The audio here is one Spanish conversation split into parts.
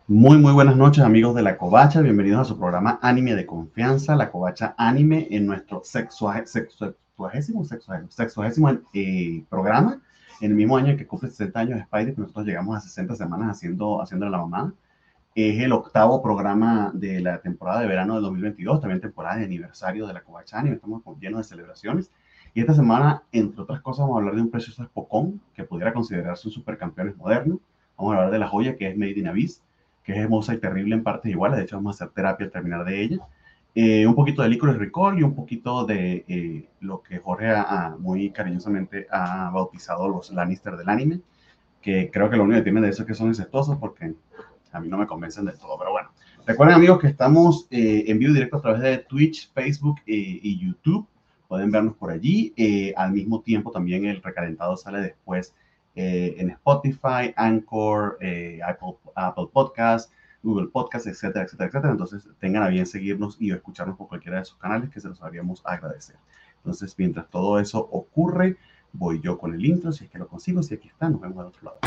Muy buenas noches, amigos de La Covacha. Bienvenidos a su programa Anime de Confianza, La Covacha Anime, en nuestro sexuagésimo programa, en el mismo año en que cumple 60 años de Spidey, que nosotros llegamos a 60 semanas haciendo la mamá. Es el octavo programa de la temporada de verano del 2022, también temporada de aniversario de La Covacha Anime. Estamos llenos de celebraciones. Y esta semana, entre otras cosas, vamos a hablar de un precioso Spokon que pudiera considerarse un supercampeón moderno. Vamos a hablar de la joya que es Made in Abyss, que es hermosa y terrible en partes iguales. De hecho, vamos a hacer terapia al terminar de ella. Un poquito de Licorice Recall y un poquito de lo que Jorge muy cariñosamente ha bautizado los Lannister del anime, que creo que lo único que tienen de eso es que son incestuosos, porque a mí no me convencen del todo, pero bueno. Recuerden, amigos, que estamos en vivo directo a través de Twitch, Facebook y YouTube. Pueden vernos por allí. Al mismo tiempo, también el recalentado sale después en Spotify, Anchor, Apple Podcasts, Google Podcasts, etcétera, etcétera, etcétera. Entonces, tengan a bien seguirnos y escucharnos por cualquiera de sus canales, que se los haríamos agradecer. Entonces, mientras todo eso ocurre, voy yo con el intro, si es que lo consigo, si aquí está, nos vemos al otro lado.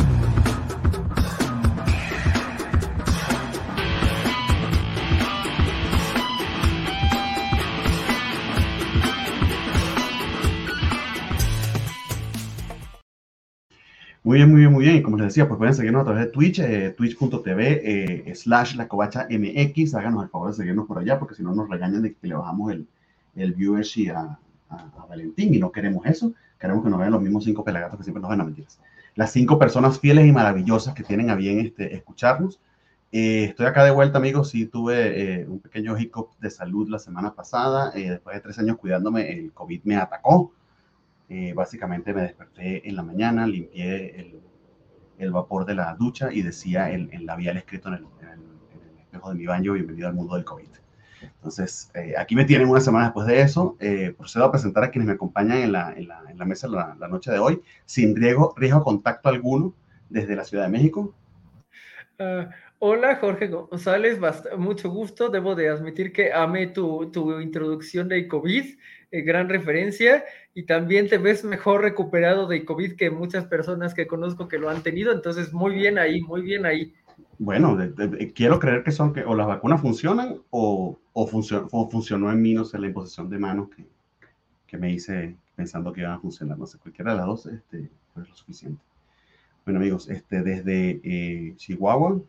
Muy bien. Y como les decía, pues pueden seguirnos a través de Twitch, twitch.tv /lacovacha.mx. Háganos el favor de seguirnos por allá, porque si no nos regañan de que le bajamos el viewership a Valentín, y no queremos eso. Queremos que nos vean los mismos 5 pelagatos que siempre nos ven, a mentiras. Las 5 personas fieles y maravillosas que tienen a bien escucharnos. Estoy acá de vuelta, amigos. Sí, tuve un pequeño hiccup de salud la semana pasada. Después de 3 años cuidándome, el COVID me atacó. Básicamente me desperté en la mañana, limpié el vapor de la ducha y decía el labial escrito en el espejo de mi baño: bienvenido al mundo del COVID. Entonces, aquí me tienen una semana después de eso. Procedo a presentar a quienes me acompañan en la mesa la noche de hoy, sin riesgo a contacto alguno, desde la Ciudad de México. Hola, Jorge González, mucho gusto. Debo de admitir que amé tu introducción de COVID, gran referencia, y también te ves mejor recuperado de COVID que muchas personas que conozco que lo han tenido, entonces muy bien ahí, muy bien ahí. Bueno, quiero creer que son que o las vacunas funcionan o funcionó en mí, no sé, la imposición de manos que me hice pensando que iban a funcionar. No sé, cualquiera de las dos pues es lo suficiente. Bueno, amigos, desde Chihuahua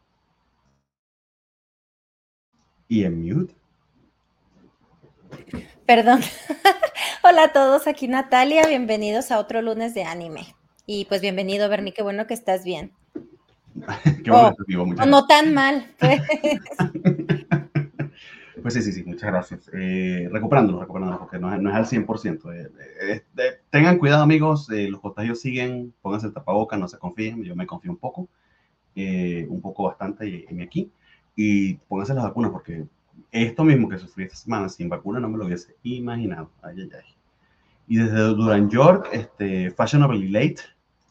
y en mute. Perdón. Hola a todos, aquí Natalia, bienvenidos a otro lunes de anime. Y pues bienvenido, Bernie, qué bueno que estás bien. Qué bueno que estás vivo, muchas No gracias. tan mal, pues. Pues sí, muchas gracias. Recuperándonos, porque no es al 100%. Tengan cuidado, amigos, los contagios siguen, pónganse el tapabocas, no se confíen, yo me confío un poco bastante en aquí, y pónganse las vacunas, porque esto mismo que sufrí esta semana sin vacuna no me lo hubiese imaginado. Ay. Y desde Durán York, Fashionably Late.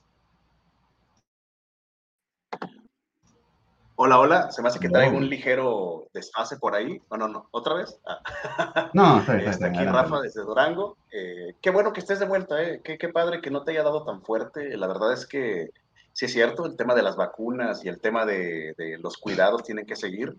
Hola, se me hace que traigo un No, ligero desfase por ahí. No, ¿otra vez? no, está bien, Aquí adelante, Rafa adelante. desde Durango. Qué bueno que estés de vuelta, ¿eh? Qué padre que no te haya dado tan fuerte. La verdad es que sí es cierto, el tema de las vacunas y el tema de los cuidados tienen que seguir,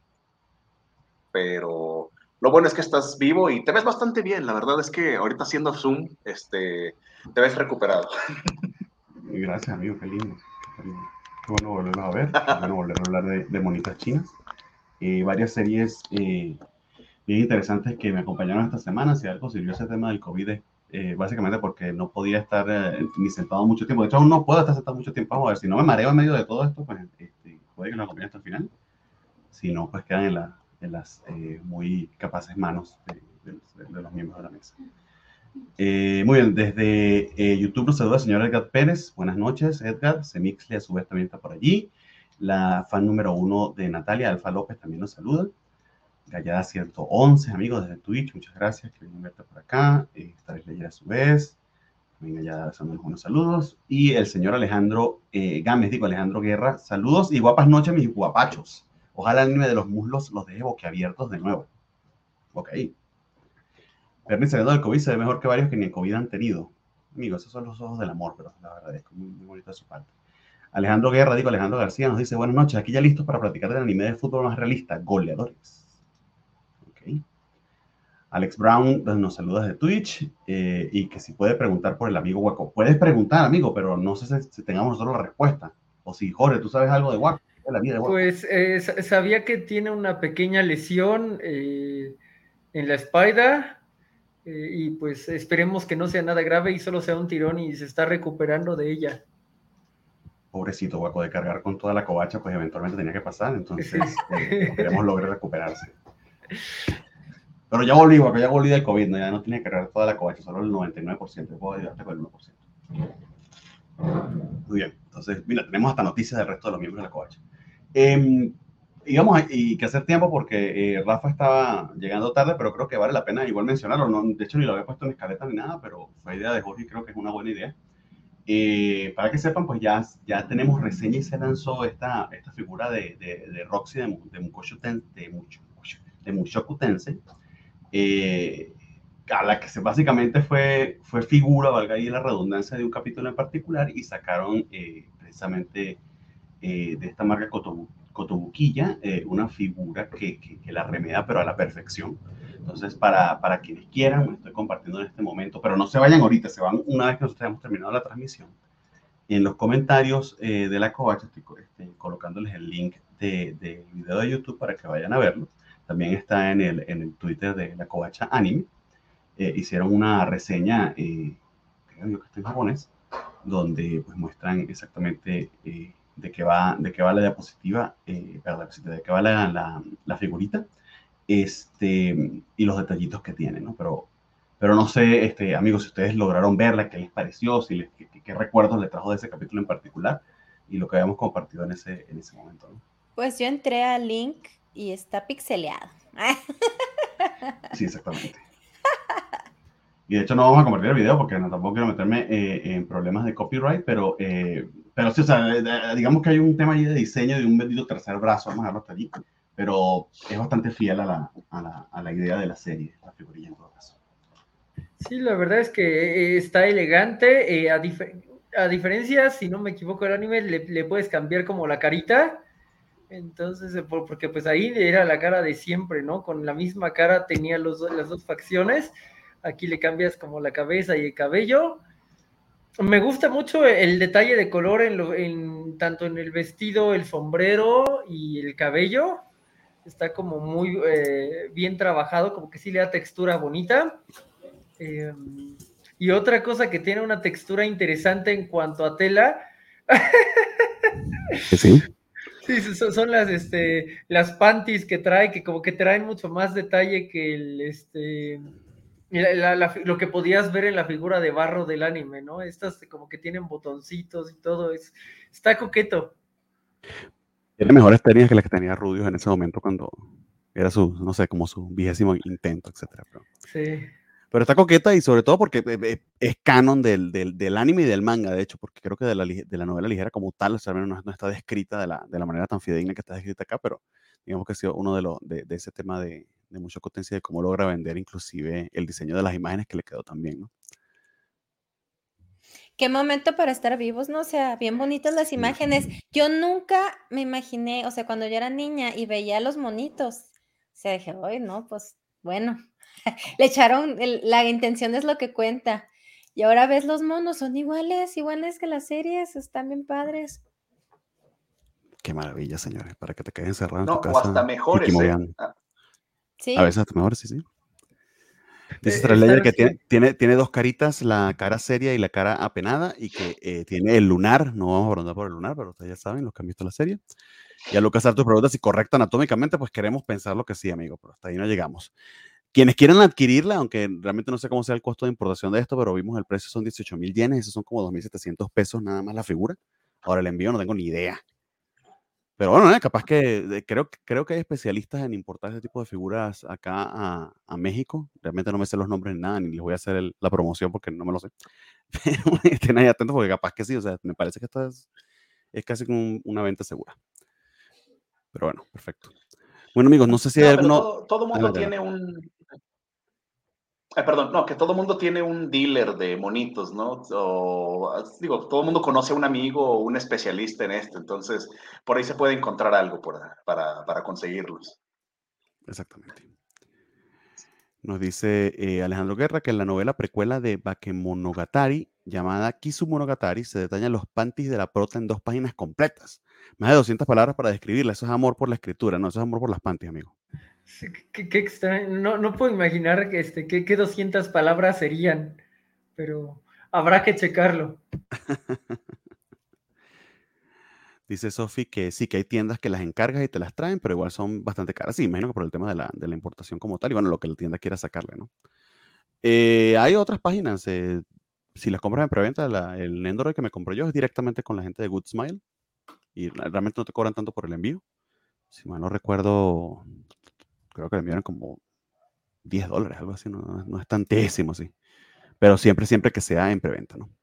pero lo bueno es que estás vivo y te ves bastante bien. La verdad es que ahorita haciendo Zoom, te ves recuperado. Gracias, amigo, qué lindo. Qué bueno volverlos a ver, qué bueno volver a hablar de monitas chinas. Varias series bien interesantes que me acompañaron esta semana. Si algo sirvió ese tema del COVID, básicamente porque no podía estar ni sentado mucho tiempo. De hecho, aún no puedo estar sentado mucho tiempo. Vamos a ver, si no me mareo en medio de todo esto, pues puede que nos acompañe hasta el final. Si no, pues quedan en las muy capaces manos de los miembros de la mesa. Muy bien, desde YouTube nos saluda el señor Edgar Pérez. Buenas noches, Edgar. Semixle a su vez también está por allí. La fan número 1 de Natalia, Alfa López, también nos saluda. Gallada 111, amigos, desde Twitch, muchas gracias, que vienen verte por acá. Esta vez leyer a su vez. También allá dándonos unos saludos. Y el señor Alejandro Alejandro Guerra, saludos y guapas noches, mis guapachos. Ojalá el anime de los muslos los deje boquiabiertos de nuevo. Ok. Bernie saliendo del COVID se ve mejor que varios que ni el COVID han tenido. Amigos, esos son los ojos del amor, pero la verdad es muy bonito de su parte. Alejandro Guerra, digo Alejandro García, nos dice, buenas noches, aquí ya listos para platicar del anime de fútbol más realista, Goleadores. Okay. Alex Brown nos saluda desde Twitch y que si puede preguntar por el amigo Waco. Puedes preguntar, amigo, pero no sé si tengamos nosotros la respuesta. O si, Jorge, ¿tú sabes algo de Waco? De la vida de Waco. Pues sabía que tiene una pequeña lesión en la espalda y pues esperemos que no sea nada grave y solo sea un tirón y se está recuperando de ella. Pobrecito Waco, de cargar con toda la covacha, pues eventualmente tenía que pasar, entonces Sí. esperemos logre recuperarse. Pero ya volví, Waco, ya volví del COVID, ¿no? Ya no tiene que cargar toda la covacha, solo el 99%, puedo ayudarte con el 1%. Muy bien, entonces, mira, tenemos hasta noticias del resto de los miembros de la covacha. Y que hacer tiempo porque Rafa estaba llegando tarde, pero creo que vale la pena igual mencionarlo. No, de hecho, ni lo había puesto en escaleta ni nada, pero fue idea de Jorge y creo que es una buena idea. Para que sepan, pues ya tenemos reseña y se lanzó esta figura de Roxy de Mushoku Tensei, a la que básicamente fue figura, valga ahí la redundancia, de un capítulo en particular y sacaron precisamente de esta marca Kotobukiya una figura que la remeda, pero a la perfección. Entonces, para quienes quieran, me estoy compartiendo en este momento, pero no se vayan ahorita, se van una vez que nosotros hayamos terminado la transmisión. En los comentarios de la covacha estoy colocándoles el link del video de YouTube para que vayan a verlo. También está en el Twitter de la covacha anime. Hicieron una reseña, creo yo que está en japonés, donde pues muestran exactamente de qué va la diapositiva, de qué va la figurita, y los detallitos que tiene, ¿no? Pero no sé, amigos, si ustedes lograron verla, qué les pareció, qué recuerdos les trajo de ese capítulo en particular y lo que habíamos compartido en ese momento, ¿no? Pues yo entré al link y está pixeleado. Sí, exactamente. Y de hecho no vamos a compartir el video porque tampoco quiero meterme en problemas de copyright, pero sí, o sea, digamos que hay un tema ahí de diseño de un bendito tercer brazo, vamos a verlo hasta allí, pero es bastante fiel a la idea de la serie, la figurilla en todo caso. Sí, la verdad es que está elegante, a diferencia, si no me equivoco, el anime le puedes cambiar como la carita, entonces, porque pues ahí era la cara de siempre, ¿no? Con la misma cara tenía las dos facciones, aquí le cambias como la cabeza y el cabello. Me gusta mucho el detalle de color tanto en el vestido, el sombrero y el cabello, está como muy bien trabajado, como que sí le da textura bonita. Y otra cosa que tiene una textura interesante en cuanto a tela. Sí. Sí, son las panties que trae, que como que traen mucho más detalle que lo que podías ver en la figura de barro del anime, ¿no? Estas como que tienen botoncitos y todo, está coqueto. Tiene mejores técnicas que las que tenía Rudius en ese momento cuando era no sé, como su 20º intento, etcétera. Sí. Pero está coqueta y sobre todo porque es canon del anime y del manga, de hecho, porque creo que de la novela ligera como tal, o sea, no está descrita de la manera tan fidedigna que está descrita acá, pero digamos que ha sido uno de ese tema de Mushoku Tensei, de cómo logra vender inclusive el diseño de las imágenes que le quedó también, ¿no? Qué momento para estar vivos, ¿no? O sea, bien bonitas las imágenes. Yo nunca me imaginé, o sea, cuando yo era niña y veía los monitos, o sea, dije, ay, no, pues, bueno, le echaron, la intención es lo que cuenta. Y ahora ves los monos, son iguales que las series, están bien padres. Qué maravilla, señores, para que te quedes encerrado en No, tu casa. o hasta mejores, Sí. A veces hasta mejores, sí. Dice Trailer que tiene dos caritas, la cara seria y la cara apenada, y que tiene el lunar. No vamos a preguntar por el lunar, pero ustedes ya saben, los que han visto la serie. Y a Lucas Artur pregunta si correcta anatómicamente, pues queremos pensar lo que sí, amigo, pero hasta ahí no llegamos. Quienes quieran adquirirla, aunque realmente no sé cómo sea el costo de importación de esto, pero vimos el precio, son 18,000 yenes, esos son como 2,700 pesos nada más la figura. Ahora el envío no tengo ni idea. Pero bueno, capaz que creo que hay especialistas en importar ese tipo de figuras acá a México. Realmente no me sé los nombres ni nada, ni les voy a hacer la promoción porque no me lo sé. Pero estén ahí atentos porque capaz que sí, o sea, me parece que esto es casi como una venta segura. Pero bueno, perfecto. Bueno, amigos, no sé si hay alguno... Todo mundo tiene un... Perdón, no, que todo mundo tiene un dealer de monitos, ¿no? O, digo, todo el mundo conoce a un amigo o un especialista en esto, entonces por ahí se puede encontrar algo para conseguirlos. Exactamente. Nos dice Alejandro Guerra que en la novela precuela de Bakemonogatari, llamada Kisumonogatari, se detallan los panties de la prota en 2 páginas completas. Más de 200 palabras para describirla. Eso es amor por la escritura, no, eso es amor por las panties, amigo. Sí, qué extraño. No puedo imaginar qué 200 palabras serían, pero habrá que checarlo. Dice Sofi que sí, que hay tiendas que las encargas y te las traen, pero igual son bastante caras. Sí, imagino que por el tema de la importación como tal, y bueno, lo que la tienda quiera sacarle, ¿no? Hay otras páginas, si las compras en preventa, el Nendoroid que me compré yo es directamente con la gente de Good Smile, y realmente no te cobran tanto por el envío. Si mal no recuerdo, creo que le enviaron como $10, algo así, no es tantísimo, sí. Pero siempre que sea en preventa, ¿no?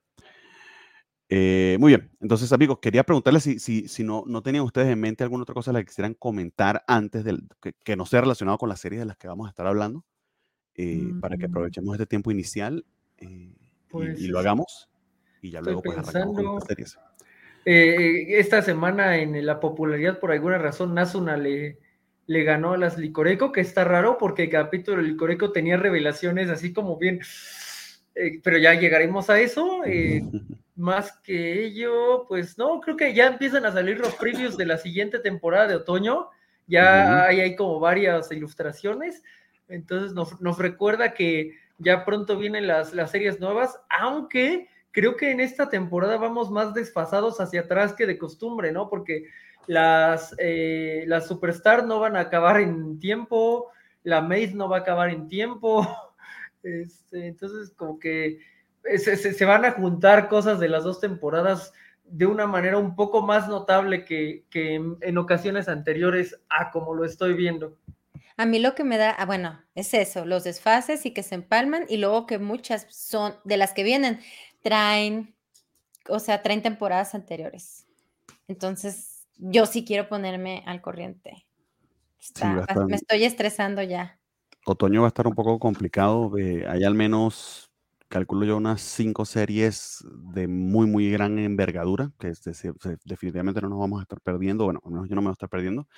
Muy bien, entonces amigos, quería preguntarles si no tenían ustedes en mente alguna otra cosa la que quisieran comentar antes que no sea relacionado con las series de las que vamos a estar hablando, para que aprovechemos este tiempo inicial Pues y lo hagamos, y ya estoy luego pues arrancamos con pensando. nuestras series. Esta semana en la popularidad, por alguna razón, Nazuna le ganó a las Licoreco, que está raro porque el capítulo de Licoreco tenía revelaciones así como bien, pero ya llegaremos a eso. Más que ello, pues no, creo que ya empiezan a salir los previews de la siguiente temporada de otoño, ya hay como varias ilustraciones, entonces nos recuerda que ya pronto vienen las series nuevas, aunque creo que en esta temporada vamos más desfasados hacia atrás que de costumbre, ¿no? Porque las Superstar no van a acabar en tiempo, la Maze no va a acabar en tiempo, entonces como que se van a juntar cosas de las 2 temporadas de una manera un poco más notable que en ocasiones anteriores a como lo estoy viendo. A mí lo que me da, bueno, es eso, los desfases y que se empalman y luego que muchas son, de las que vienen, traen temporadas anteriores. Entonces, yo sí quiero ponerme al corriente. Sí, va a estar, Me estoy estresando ya. otoño va a estar un poco complicado. Hay al menos, calculo yo, unas 5 series de muy gran envergadura, que definitivamente no nos vamos a estar perdiendo. Bueno, al menos yo no me voy a estar perdiendo.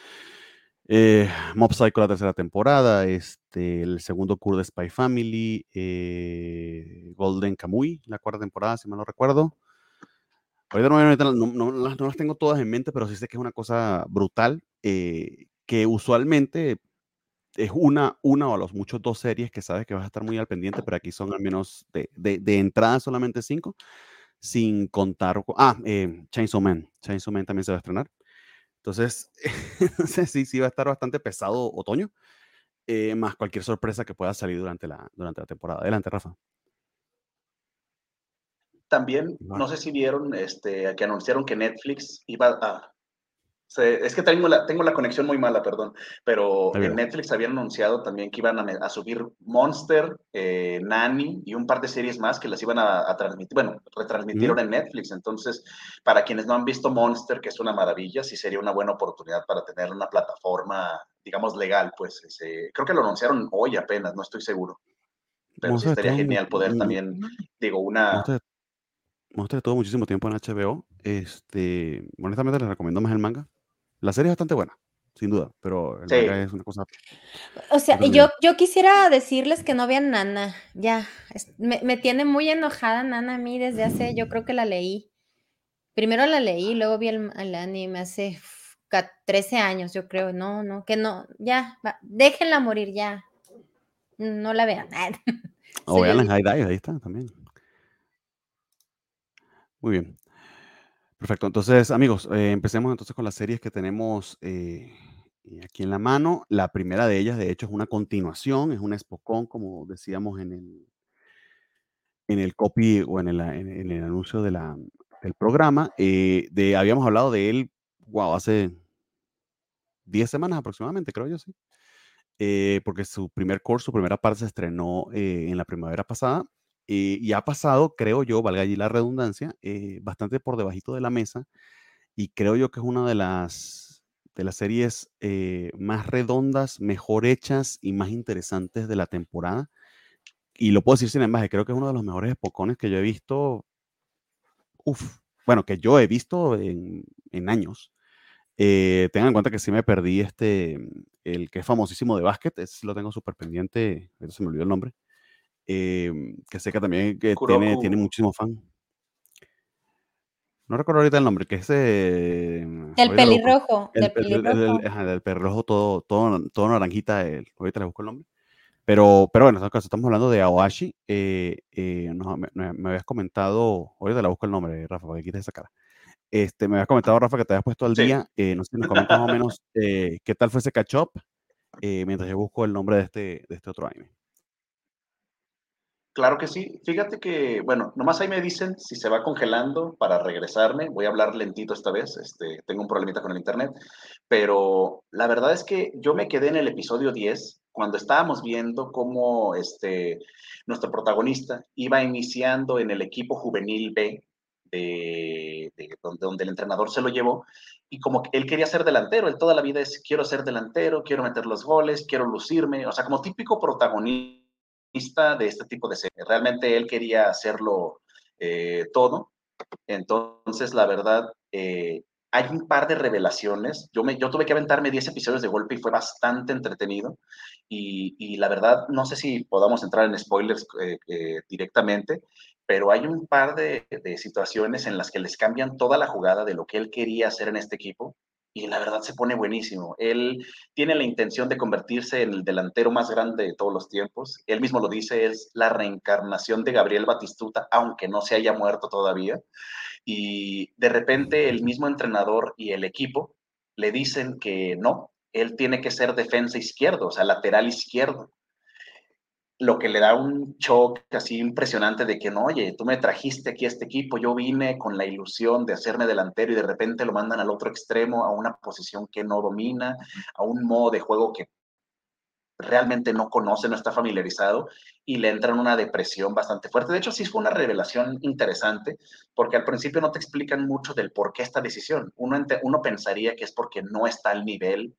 Mob Psycho la 3ª temporada, el segundo curso de Spy Family, Golden Kamuy, la 4ª temporada, si mal no recuerdo. Ahorita no las tengo todas en mente, pero sí sé que es una cosa brutal, que usualmente es una o a los muchos 2 series que sabes que vas a estar muy al pendiente, pero aquí son al menos de entrada solamente 5, sin contar. Chainsaw Man. Chainsaw Man también se va a estrenar. Entonces, sí va a estar bastante pesado otoño, más cualquier sorpresa que pueda salir durante la temporada. Adelante, Rafa. También, no sé si vieron que anunciaron que Netflix iba a... Es que tengo la conexión muy mala, perdón, pero en Netflix habían anunciado también que iban a subir Monster, Nanny y un par de series más que las iban a transmitir, bueno, retransmitieron en Netflix. Entonces, para quienes no han visto Monster, que es una maravilla, sí sería una buena oportunidad para tener una plataforma, digamos, legal, pues creo que lo anunciaron hoy apenas, no estoy seguro, pero sí estaría genial poder también, digo, una... Monster estuvo muchísimo tiempo en HBO. Honestamente les recomiendo más el manga. La serie es bastante buena, sin duda, pero el manga es una cosa. O sea, yo quisiera decirles que no vean Nana, ya, me tiene muy enojada Nana a mí desde hace, yo creo que la leí. Primero la leí, luego vi el anime hace 13 años, yo creo. No, ya, déjenla morir ya. No la vean. O vean en High Dive, ahí está también. Muy bien. Perfecto. Entonces, amigos, empecemos entonces con las series que tenemos aquí en la mano. La primera de ellas, de hecho, es una continuación, es un espocón, como decíamos en el copy o en el anuncio del programa. Habíamos hablado de él, wow, hace 10 semanas aproximadamente, creo yo, sí. Porque su primera parte se estrenó en la primavera pasada, y ha pasado, creo yo, valga allí la redundancia, bastante por debajito de la mesa, y creo yo que es una de las series más redondas, mejor hechas y más interesantes de la temporada. y lo puedo decir sin embargo, creo que es uno de los mejores espocones que yo he visto, bueno, que yo he visto en años. Tengan en cuenta que sí me perdí el que es famosísimo de básquet, ese lo tengo súper pendiente, ahorita se me olvidó el nombre, que sé que también que tiene muchísimos fans. No recuerdo ahorita el nombre, que es el pelirrojo, del pelirrojo. Del pelirrojo todo naranjita, ahorita le busco el nombre. Pero bueno, en este caso estamos hablando de Aoashi. Me habías comentado, ahorita le busco el nombre, Rafa, para que quites esa cara. Me habías comentado, Rafa, que te habías puesto al día. No sé si nos comentas más o menos qué tal fue ese catch-up mientras yo busco el nombre de este otro anime. Claro que sí. Fíjate que, bueno, nomás ahí me dicen si se va congelando para regresarme. Voy a hablar lentito esta vez. Tengo un problemita con el internet. Pero la verdad es que yo me quedé en el episodio 10 cuando estábamos viendo cómo nuestro protagonista iba iniciando en el equipo juvenil B donde el entrenador se lo llevó. Y como que él quería ser delantero. Él toda la vida es, quiero ser delantero, quiero meter los goles, quiero lucirme. O sea, como típico protagonista de este tipo de serie. Realmente él quería hacerlo todo. Entonces, la verdad, hay un par de revelaciones. Yo tuve que aventarme 10 episodios de golpe y fue bastante entretenido. Y la verdad, no sé si podamos entrar en spoilers directamente, pero hay un par de situaciones en las que les cambian toda la jugada de lo que él quería hacer en este equipo. Y la verdad se pone buenísimo. Él tiene la intención de convertirse en el delantero más grande de todos los tiempos. Él mismo lo dice, es la reencarnación de Gabriel Batistuta, aunque no se haya muerto todavía. Y de repente el mismo entrenador y el equipo le dicen que no, él tiene que ser defensa izquierdo, o sea, lateral izquierdo. Lo que le da un shock así impresionante de que no, oye, tú me trajiste aquí a este equipo, yo vine con la ilusión de hacerme delantero y de repente lo mandan al otro extremo, a una posición que no domina, a un modo de juego que realmente no conoce, no está familiarizado y le entra en una depresión bastante fuerte. De hecho, sí fue una revelación interesante porque al principio no te explican mucho del por qué esta decisión. Uno pensaría que es porque no está al nivel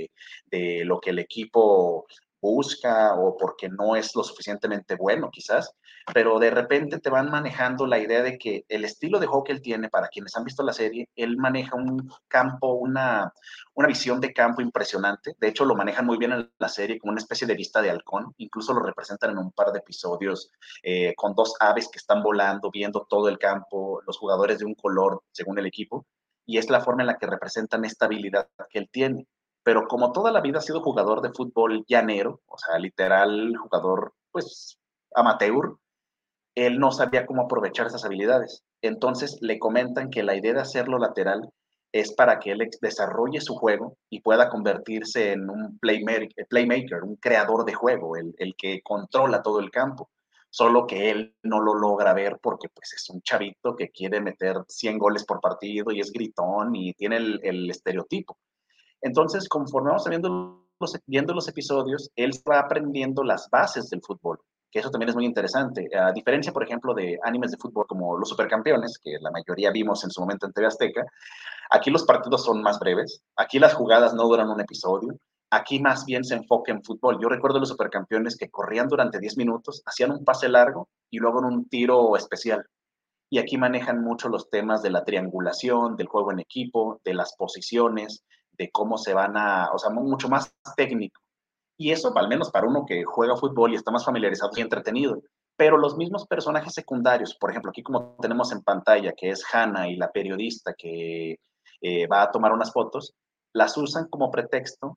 de lo que el equipo busca o porque no es lo suficientemente bueno quizás, pero de repente te van manejando la idea de que el estilo de juego que él tiene, para quienes han visto la serie, él maneja un campo, una visión de campo impresionante. De hecho, lo manejan muy bien en la serie como una especie de vista de halcón. Incluso lo representan en un par de episodios con dos aves que están volando, viendo todo el campo, los jugadores de un color según el equipo. Y es la forma en la que representan esta habilidad que él tiene. Pero como toda la vida ha sido jugador de fútbol llanero, o sea, literal jugador, pues, amateur, él no sabía cómo aprovechar esas habilidades. Entonces le comentan que la idea de hacerlo lateral es para que él desarrolle su juego y pueda convertirse en un playmaker, un creador de juego, el que controla todo el campo. Solo que él no lo logra ver porque pues, es un chavito que quiere meter 100 goles por partido y es gritón y tiene el estereotipo. Entonces, conforme vamos viendo los episodios, él va aprendiendo las bases del fútbol, que eso también es muy interesante. A diferencia, por ejemplo, de animes de fútbol como Los Supercampeones, que la mayoría vimos en su momento en TV Azteca, aquí los partidos son más breves, aquí las jugadas no duran un episodio, aquí más bien se enfoca en fútbol. Yo recuerdo los Supercampeones que corrían durante 10 minutos, hacían un pase largo y luego en un tiro especial. Y aquí manejan mucho los temas de la triangulación, del juego en equipo, de las posiciones, de cómo se van o sea, mucho más técnico. Y eso, al menos para uno que juega fútbol y está más familiarizado y entretenido. Pero los mismos personajes secundarios, por ejemplo, aquí como tenemos en pantalla, que es Hannah y la periodista que va a tomar unas fotos, las usan como pretexto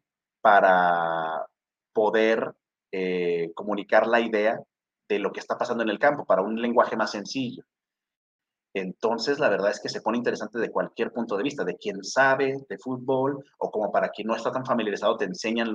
para poder comunicar la idea de lo que está pasando en el campo, para un lenguaje más sencillo. Entonces, la verdad es que se pone interesante de cualquier punto de vista, de quien sabe de fútbol o como para quien no está tan familiarizado, te enseñan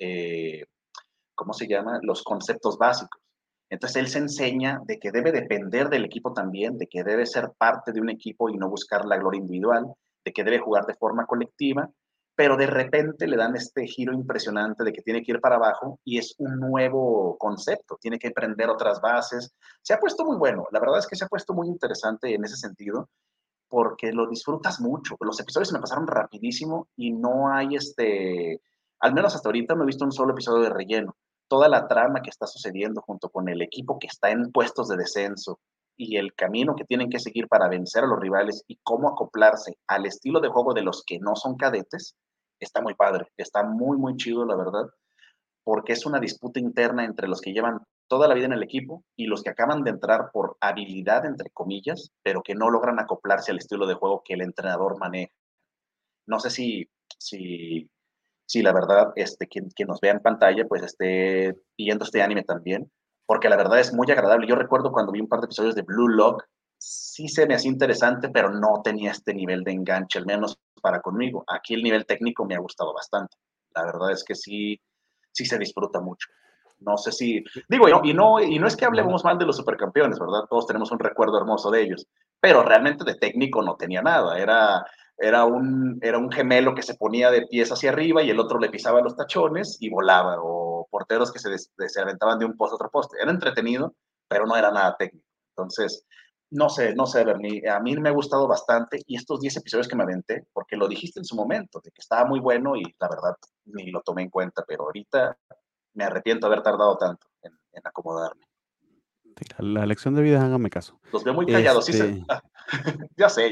¿cómo se llama? Los conceptos básicos. Entonces, él se enseña de que debe depender del equipo también, de que debe ser parte de un equipo y no buscar la gloria individual, de que debe jugar de forma colectiva, pero de repente le dan este giro impresionante de que tiene que ir para abajo y es un nuevo concepto, tiene que aprender otras bases. Se ha puesto muy bueno, la verdad es que se ha puesto muy interesante en ese sentido, porque lo disfrutas mucho. Los episodios se me pasaron rapidísimo y no hay al menos hasta ahorita no he visto un solo episodio de relleno. toda la trama que está sucediendo junto con el equipo que está en puestos de descenso y el camino que tienen que seguir para vencer a los rivales y cómo acoplarse al estilo de juego de los que no son cadetes, está muy padre, está muy, muy chido, la verdad, porque es una disputa interna entre los que llevan toda la vida en el equipo y los que acaban de entrar por habilidad, entre comillas, pero que no logran acoplarse al estilo de juego que el entrenador maneja. No sé si la verdad, quien nos vea en pantalla, pues esté viendo este anime también, porque la verdad es muy agradable. Yo recuerdo cuando vi un par de episodios de Blue Lock, sí se me hacía interesante, pero no tenía este nivel de enganche, al menos para conmigo. Aquí el nivel técnico me ha gustado bastante. La verdad es que sí se disfruta mucho. No sé si, digo, y no es que hablemos mal de los supercampeones, ¿verdad? Todos tenemos un recuerdo hermoso de ellos, pero realmente de técnico no tenía nada, era un gemelo que se ponía de pies hacia arriba y el otro le pisaba los tachones y volaba, o porteros que se aventaban de un poste a otro poste. Era entretenido, pero no era nada técnico. Entonces, no sé, Bernie, a mí me ha gustado bastante y estos 10 episodios que me aventé, porque lo dijiste en su momento, de que estaba muy bueno y la verdad ni lo tomé en cuenta, pero ahorita me arrepiento de haber tardado tanto en acomodarme. La lección de vida, hágame caso. Los veo muy callados, sí. Ya sé.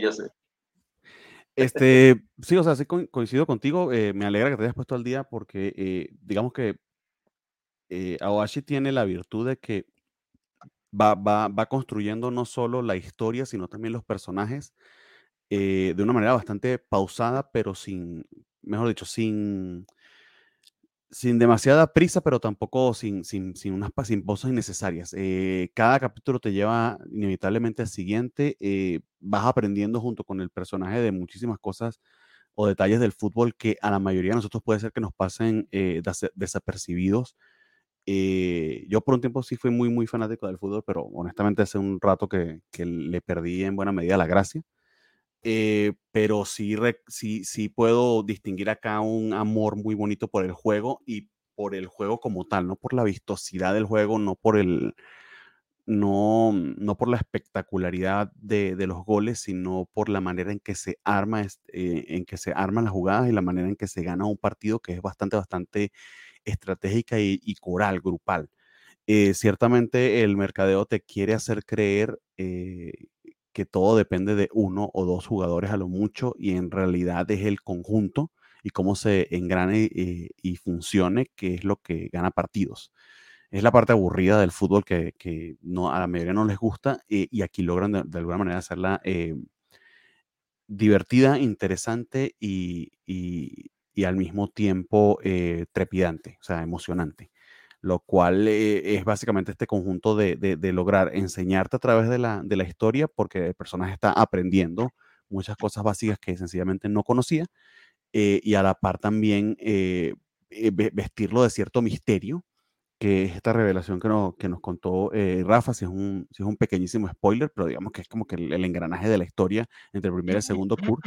Sí, o sea, sí coincido contigo. Me alegra que te hayas puesto al día porque, digamos que Aoashi tiene la virtud de que va construyendo no solo la historia, sino también los personajes de una manera bastante pausada, pero mejor dicho, sin demasiada prisa, pero tampoco sin pausas innecesarias. Cada capítulo te lleva inevitablemente al siguiente. Vas aprendiendo junto con el personaje de muchísimas cosas o detalles del fútbol que a la mayoría de nosotros puede ser que nos pasen desapercibidos. Yo por un tiempo sí fui muy, muy fanático del fútbol, pero honestamente hace un rato que le perdí en buena medida la gracia. Pero sí puedo distinguir acá un amor muy bonito por el juego y por el juego como tal, no por la vistosidad del juego, no por la espectacularidad de los goles, sino por la manera en que se arman las jugadas y la manera en que se gana un partido que es bastante, bastante estratégica y coral, grupal. Ciertamente el mercadeo te quiere hacer creer que todo depende de uno o dos jugadores a lo mucho y en realidad es el conjunto y cómo se engrane y funcione que es lo que gana partidos. Es la parte aburrida del fútbol que no, a la mayoría no les gusta y aquí logran de alguna manera hacerla divertida, interesante y al mismo tiempo trepidante, o sea, emocionante. Lo cual es básicamente este conjunto de lograr enseñarte a través de la historia, porque el personaje está aprendiendo muchas cosas básicas que sencillamente no conocía, y a la par también vestirlo de cierto misterio, que es esta revelación que nos contó Rafa, si es un pequeñísimo spoiler, pero digamos que es como que el engranaje de la historia entre el primer y el segundo Kur,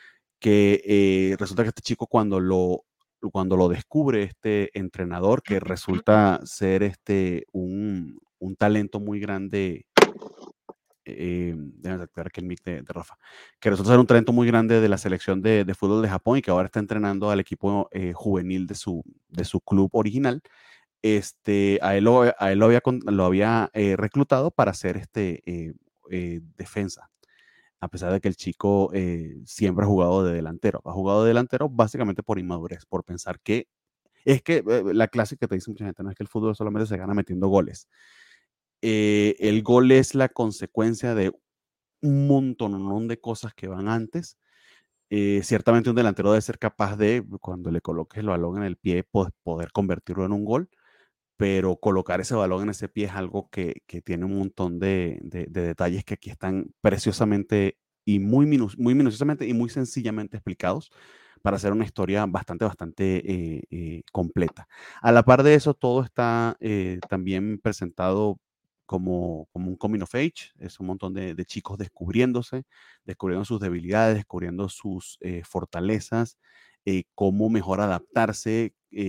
que resulta que este chico cuando lo descubre este entrenador, que resulta ser un talento muy grande, déjame activar aquí el mic de Rafa, que resulta ser un talento muy grande de la selección de fútbol de Japón y que ahora está entrenando al equipo juvenil de su club original. A él lo había reclutado para ser defensa, a pesar de que el chico siempre ha jugado de delantero. Ha jugado de delantero básicamente por inmadurez, por pensar que es que la clásica que te dice mucha gente, no es que el fútbol solamente se gana metiendo goles. El gol es la consecuencia de un montón de cosas que van antes. Ciertamente un delantero debe ser capaz de, cuando le coloques el balón en el pie, poder convertirlo en un gol, pero colocar ese balón en ese pie es algo que tiene un montón de detalles que aquí están preciosamente y muy minuciosamente y muy sencillamente explicados para hacer una historia bastante, bastante completa. A la par de eso, todo está también presentado como un coming of age. Es un montón de chicos descubriendo sus debilidades, descubriendo sus fortalezas, cómo mejor adaptarse,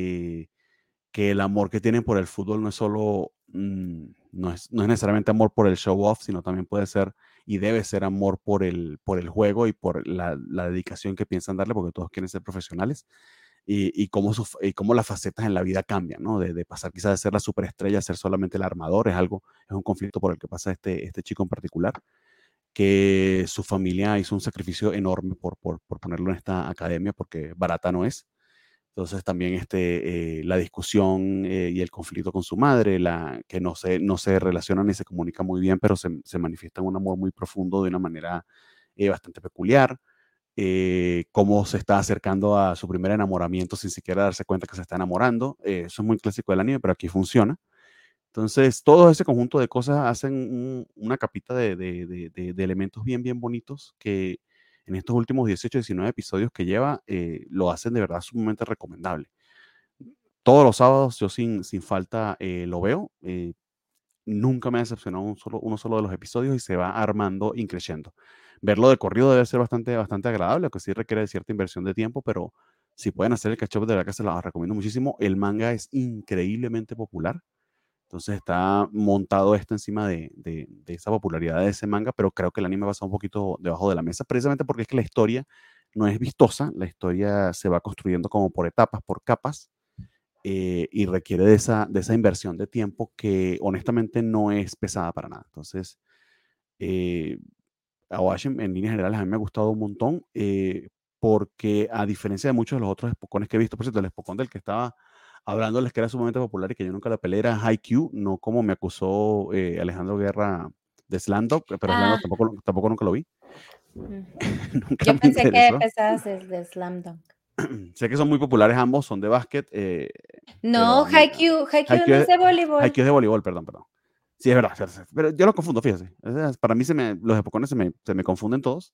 que el amor que tienen por el fútbol no es solo, no es necesariamente amor por el show off, sino también puede ser y debe ser amor por el juego y por la dedicación que piensan darle, porque todos quieren ser profesionales. y cómo las facetas en la vida cambian, ¿no? De pasar quizás de ser la superestrella a ser solamente el armador, es un conflicto por el que pasa este chico en particular, que su familia hizo un sacrificio enorme por ponerlo en esta academia, porque barata no es. Entonces también la discusión y el conflicto con su madre, que no se relacionan ni se comunican muy bien, pero se manifiesta un amor muy profundo de una manera bastante peculiar. Cómo se está acercando a su primer enamoramiento sin siquiera darse cuenta que se está enamorando. Eso es muy clásico del anime, pero aquí funciona. Entonces, todo ese conjunto de cosas hacen una capita de elementos bien, bien bonitos que en estos últimos 18, 19 episodios que lleva, lo hacen de verdad sumamente recomendable. Todos los sábados yo sin falta lo veo. Nunca me ha decepcionado uno solo de los episodios y se va armando increciendo. Verlo de corrido debe ser bastante, bastante agradable, aunque sí requiere cierta inversión de tiempo, pero si pueden hacer el catch-up, de verdad que se los recomiendo muchísimo. El manga es increíblemente popular, entonces está montado encima de esa popularidad de ese manga, pero creo que el anime pasa un poquito debajo de la mesa, precisamente porque es que la historia no es vistosa, la historia se va construyendo como por etapas, por capas, y requiere de esa inversión de tiempo que honestamente no es pesada para nada. Entonces, Awashi en líneas generales a mí me ha gustado un montón, porque a diferencia de muchos de los otros Spokones que he visto, por cierto, el Spokon del que estaba hablándoles que era sumamente popular y que yo nunca la peleé era Haikyuu, no como me acusó Alejandro Guerra de Slam Dunk, pero Slam Dunk tampoco nunca lo vi. Nunca yo me pensé que interesó. empezabas desde Slam Dunk. Sé que son muy populares ambos, son de básquet. No, Haikyuu no es de voleibol. Haikyuu es de voleibol, perdón. Sí, es verdad, pero yo lo confundo, fíjese. Para mí los Spokones se me confunden todos.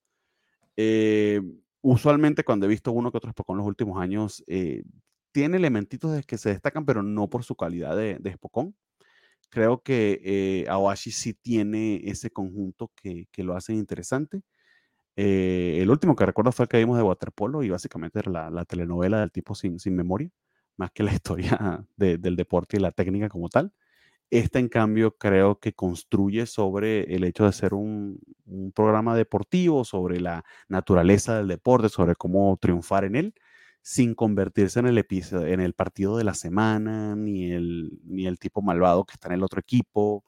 Usualmente cuando he visto uno que otro Spokon en los últimos años, tiene elementitos de que se destacan, pero no por su calidad de Spokon. Creo que Awashi sí tiene ese conjunto que lo hace interesante. El último que recuerdo fue el que vimos de waterpolo y básicamente era la telenovela del tipo sin memoria, más que la historia del deporte y la técnica como tal. Esta, en cambio, creo que construye sobre el hecho de ser un programa deportivo, sobre la naturaleza del deporte, sobre cómo triunfar en él, sin convertirse en el partido de la semana, ni el tipo malvado que está en el otro equipo,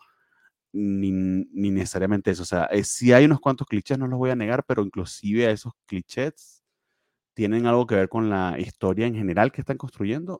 ni necesariamente eso. O sea, sí hay unos cuantos clichés, no los voy a negar, pero inclusive a esos clichés tienen algo que ver con la historia en general que están construyendo,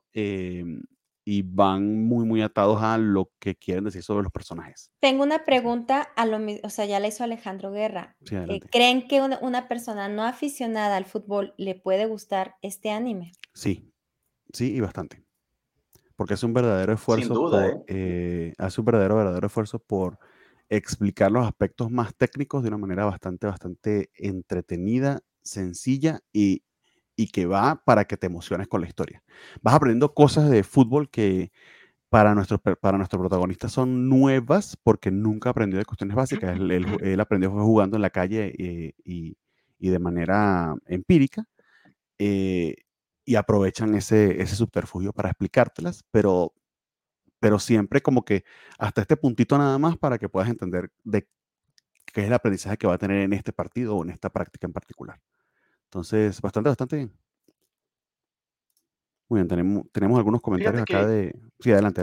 y van muy, muy atados a lo que quieren decir sobre los personajes. Tengo una pregunta, o sea, ya la hizo Alejandro Guerra. Sí, adelante. ¿Creen que una persona no aficionada al fútbol le puede gustar este anime? Sí, y bastante. Porque hace un verdadero esfuerzo Sin duda, hace un verdadero esfuerzo por explicar los aspectos más técnicos de una manera bastante, bastante entretenida, sencilla y que va para que te emociones con la historia. Vas aprendiendo cosas de fútbol que para nuestro protagonista son nuevas porque nunca aprendió de cuestiones básicas. Él aprendió fue jugando en la calle y de manera empírica, y aprovechan ese subterfugio para explicártelas, pero siempre como que hasta este puntito nada más para que puedas entender de qué es el aprendizaje que va a tener en este partido o en esta práctica en particular. Entonces, bastante, bastante bien. Muy bien, tenemos algunos comentarios acá Sí, adelante.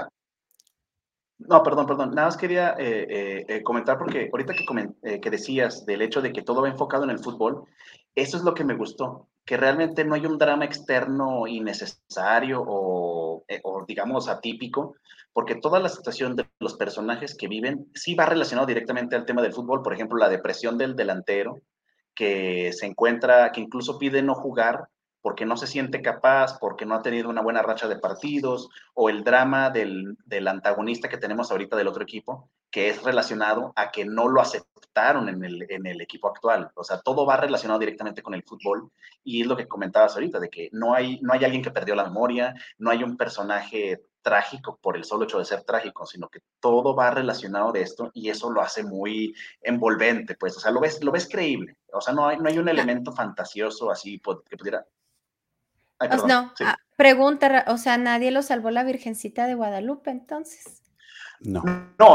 No, perdón. Nada más quería comentar porque ahorita que decías del hecho de que todo va enfocado en el fútbol, eso es lo que me gustó, que realmente no hay un drama externo innecesario o digamos atípico, porque toda la situación de los personajes que viven sí va relacionado directamente al tema del fútbol. Por ejemplo, la depresión del delantero que se encuentra, que incluso pide no jugar porque no se siente capaz, porque no ha tenido una buena racha de partidos, o el drama del antagonista que tenemos ahorita del otro equipo, que es relacionado a que no lo aceptaron en el equipo actual. O sea, todo va relacionado directamente con el fútbol, y es lo que comentabas ahorita, de que no hay alguien que perdió la memoria, no hay un personaje trágico por el solo hecho de ser trágico, sino que todo va relacionado de esto, y eso lo hace muy envolvente, pues, o sea, lo ves creíble, o sea, no hay un elemento fantasioso así que pudiera... Ay, perdón, no, sí. pregunta, o sea, ¿nadie lo salvó la Virgencita de Guadalupe entonces? No.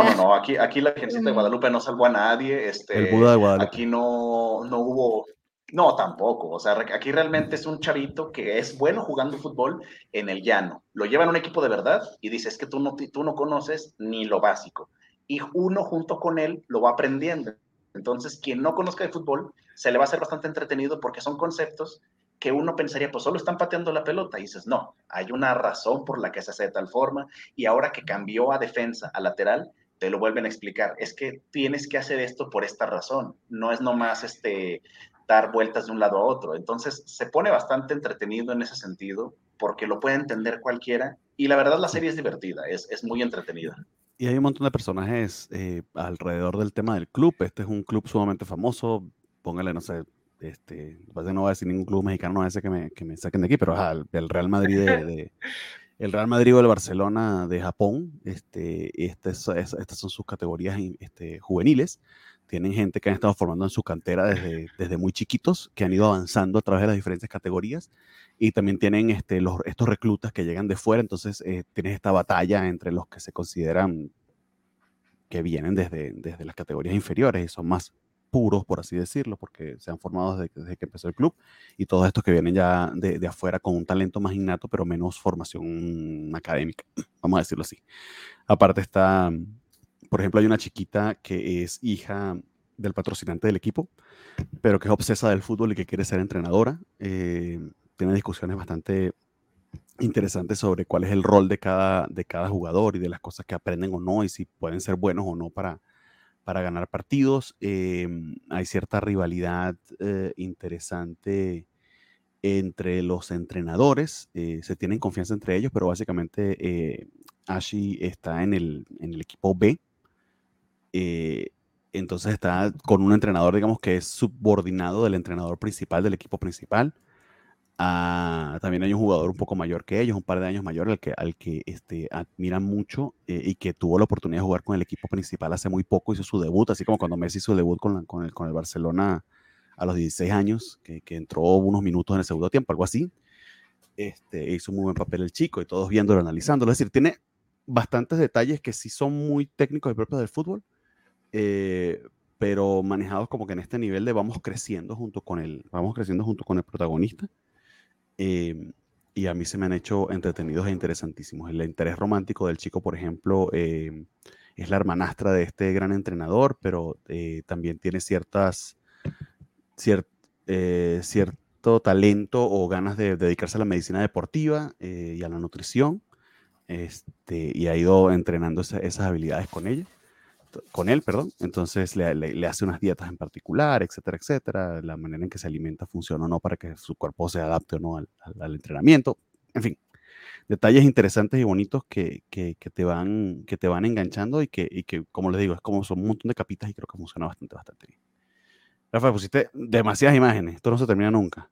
Aquí la Virgencita de Guadalupe no salvó a nadie, el Buda de Guadalupe. Aquí no hubo No, tampoco. O sea, aquí realmente es un chavito que es bueno jugando fútbol en el llano. Lo lleva en un equipo de verdad y dice, es que tú no conoces ni lo básico. Y uno junto con él lo va aprendiendo. Entonces, quien no conozca de fútbol, se le va a hacer bastante entretenido porque son conceptos que uno pensaría, pues solo están pateando la pelota. Y dices, no, hay una razón por la que se hace de tal forma. Y ahora que cambió a defensa, a lateral, te lo vuelven a explicar. Es que tienes que hacer esto por esta razón. No es nomás dar vueltas de un lado a otro. Entonces se pone bastante entretenido en ese sentido porque lo puede entender cualquiera y la verdad la serie es divertida, es muy entretenida. Y hay un montón de personajes alrededor del tema del club. Este es un club sumamente famoso. Póngale, no sé, no voy a decir ningún club mexicano, no ese que me saquen de aquí, pero el Real Madrid el Real Madrid o el Barcelona de Japón. Estas son sus categorías juveniles. Tienen gente que han estado formando en su cantera desde muy chiquitos, que han ido avanzando a través de las diferentes categorías. Y también tienen estos reclutas que llegan de fuera. Entonces tienes esta batalla entre los que se consideran que vienen desde las categorías inferiores y son más puros, por así decirlo, porque se han formado desde que empezó el club, y todos estos que vienen ya de afuera con un talento más innato, pero menos formación académica, vamos a decirlo así. Aparte está, por ejemplo, hay una chiquita que es hija del patrocinante del equipo, pero que es obsesa del fútbol y que quiere ser entrenadora. Tiene discusiones bastante interesantes sobre cuál es el rol de cada jugador y de las cosas que aprenden o no, y si pueden ser buenos o no para ganar partidos. Hay cierta rivalidad interesante entre los entrenadores. Se tienen confianza entre ellos, pero básicamente Ashi está en el equipo B. Entonces está con un entrenador, digamos, que es subordinado del entrenador principal del equipo principal. También hay un jugador un poco mayor que ellos, un par de años mayor, al que admiran mucho y que tuvo la oportunidad de jugar con el equipo principal hace muy poco. Hizo su debut, así como cuando Messi hizo su debut con el Barcelona a los 16 años, que entró unos minutos en el segundo tiempo, algo así. Hizo un muy buen papel el chico y todos viéndolo, analizándolo. Es decir, tiene bastantes detalles que sí son muy técnicos y propios del fútbol, pero manejados como que en este nivel de vamos creciendo junto con el protagonista. Y a mí se me han hecho entretenidos e interesantísimos. El interés romántico del chico, por ejemplo, es la hermanastra de este gran entrenador, pero también tiene cierto talento o ganas de dedicarse a la medicina deportiva y a la nutrición, y ha ido entrenando esas habilidades con él, perdón. Entonces le hace unas dietas en particular, etcétera, etcétera. La manera en que se alimenta funciona o no para que su cuerpo se adapte o no al entrenamiento. En fin, detalles interesantes y bonitos que te van enganchando y que, como les digo, son un montón de capitas y creo que funciona bastante bien. Rafa, pusiste demasiadas imágenes. Esto no se termina nunca.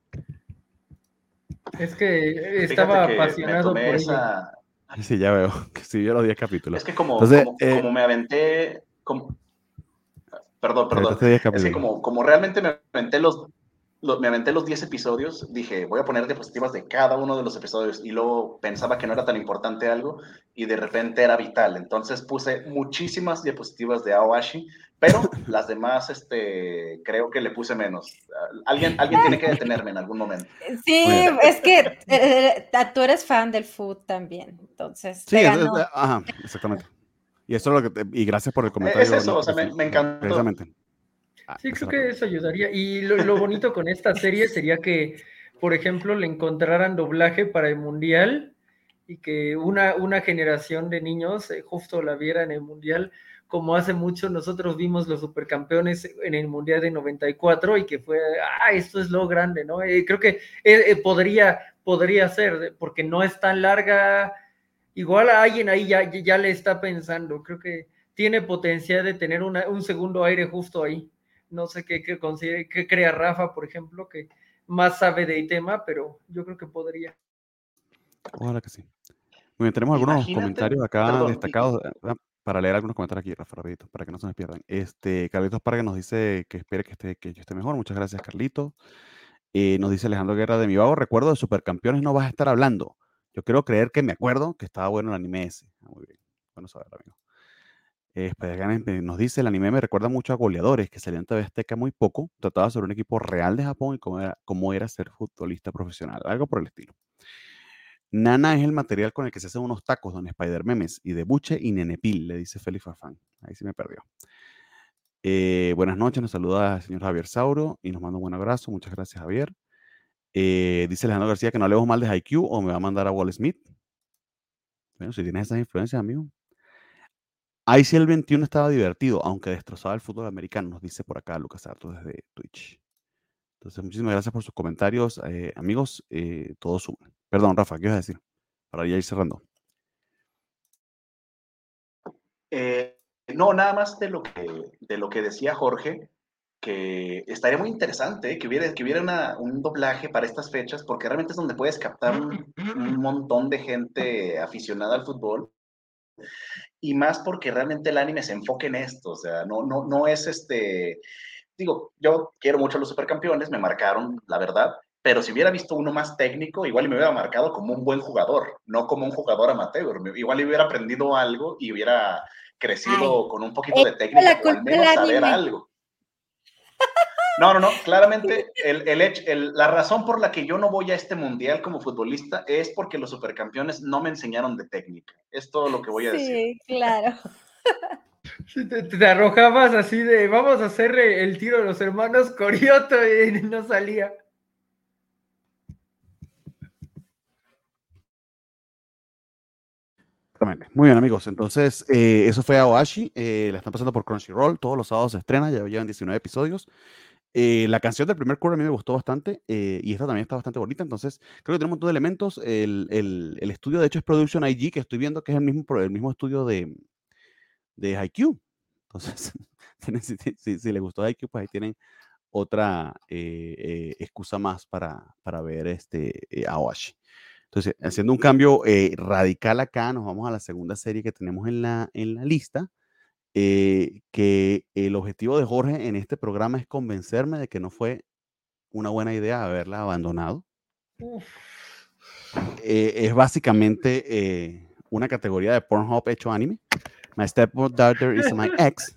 Es que estaba apasionado por ella. Sí, ya veo que sí vio los 10 capítulos. Es que como me aventé... Perdón. Es que como realmente me aventé los 10 episodios, dije, voy a poner diapositivas de cada uno de los episodios, y luego pensaba que no era tan importante algo y de repente era vital. Entonces puse muchísimas diapositivas de Aoashi, pero las demás creo que le puse menos. Alguien tiene que detenerme en algún momento. Sí, es que tú eres fan del food también, entonces sí, ajá, exactamente. Y eso es y gracias por el comentario. Es eso, o sea, me encantó. Precisamente. Sí, creo que eso ayudaría. Y lo bonito con esta serie sería que, por ejemplo, le encontraran doblaje para el Mundial y que una generación de niños justo la viera en el Mundial, como hace mucho nosotros vimos los supercampeones en el Mundial de 94 y que fue, esto es lo grande, ¿no? Creo que podría ser, porque no es tan larga. Igual a alguien ahí ya le está pensando. Creo que tiene potencial de tener un segundo aire justo ahí. No sé qué crea Rafa, por ejemplo, que más sabe del tema, pero yo creo que podría. Ojalá que sí. Muy bien, tenemos algunos comentarios acá destacados. Para leer algunos comentarios aquí, Rafa, rapidito, para que no se me pierdan. Carlitos Parga nos dice que espere que yo esté mejor. Muchas gracias, Carlitos. Nos dice Alejandro Guerra de mi vago recuerdo de Supercampeones no vas a estar hablando. Yo quiero creer que me acuerdo que estaba bueno el anime ese. Muy bien. Bueno saberlo, amigo. Spider-Man nos dice, el anime me recuerda mucho a Goleadores, que salían en TV Azteca muy poco, trataba sobre un equipo real de Japón y cómo era ser futbolista profesional, algo por el estilo. Nana es el material con el que se hacen unos tacos, don Spider-Memes, y de buche y nenepil, le dice Félix Farfán. Ahí sí me perdió. Buenas noches, nos saluda el señor Javier Sauro y nos manda un buen abrazo. Muchas gracias, Javier. Dice Alejandro García que no hablemos mal de Haikyuu o me va a mandar a Wall Smith. Bueno, si tienes esas influencias, amigo. Ahí sí el 21 estaba divertido, aunque destrozaba el fútbol americano, nos dice por acá Lucas Arto desde Twitch. Entonces, muchísimas gracias por sus comentarios, amigos. Todos suman. Perdón, Rafa, ¿qué ibas a decir? Para ya ir cerrando. No, nada más de lo que decía Jorge, que estaría muy interesante que hubiera un doblaje para estas fechas, porque realmente es donde puedes captar un montón de gente aficionada al fútbol, y más porque realmente el anime se enfoca en esto, o sea, no es digo, yo quiero mucho a los supercampeones, me marcaron, la verdad, pero si hubiera visto uno más técnico, igual me hubiera marcado como un buen jugador, no como un jugador amateur, igual hubiera aprendido algo y hubiera crecido con un poquito de técnica, o al menos saber algo. No, claramente la razón por la que yo no voy a este mundial como futbolista es porque los supercampeones no me enseñaron de técnica, es todo lo que voy a decir. Sí, claro. Te arrojabas así de, vamos a hacer el tiro de los hermanos Corioto y no salía. Muy bien, amigos. Entonces, eso fue Aoashi. La están pasando por Crunchyroll. Todos los sábados se estrena. Ya llevan 19 episodios. La canción del primer cover a mí me gustó bastante. Y esta también está bastante bonita. Entonces, creo que tiene un montón de elementos. El estudio, de hecho, es Production IG, que estoy viendo que es el mismo estudio de Haikyuu. Entonces, si les gustó Haikyuu, pues ahí tienen otra excusa más para ver Aoashi. Entonces, haciendo un cambio radical acá, nos vamos a la segunda serie que tenemos en la lista, que el objetivo de Jorge en este programa es convencerme de que no fue una buena idea haberla abandonado. Es básicamente una categoría de Pornhub hecho anime. My stepdaughter is my ex.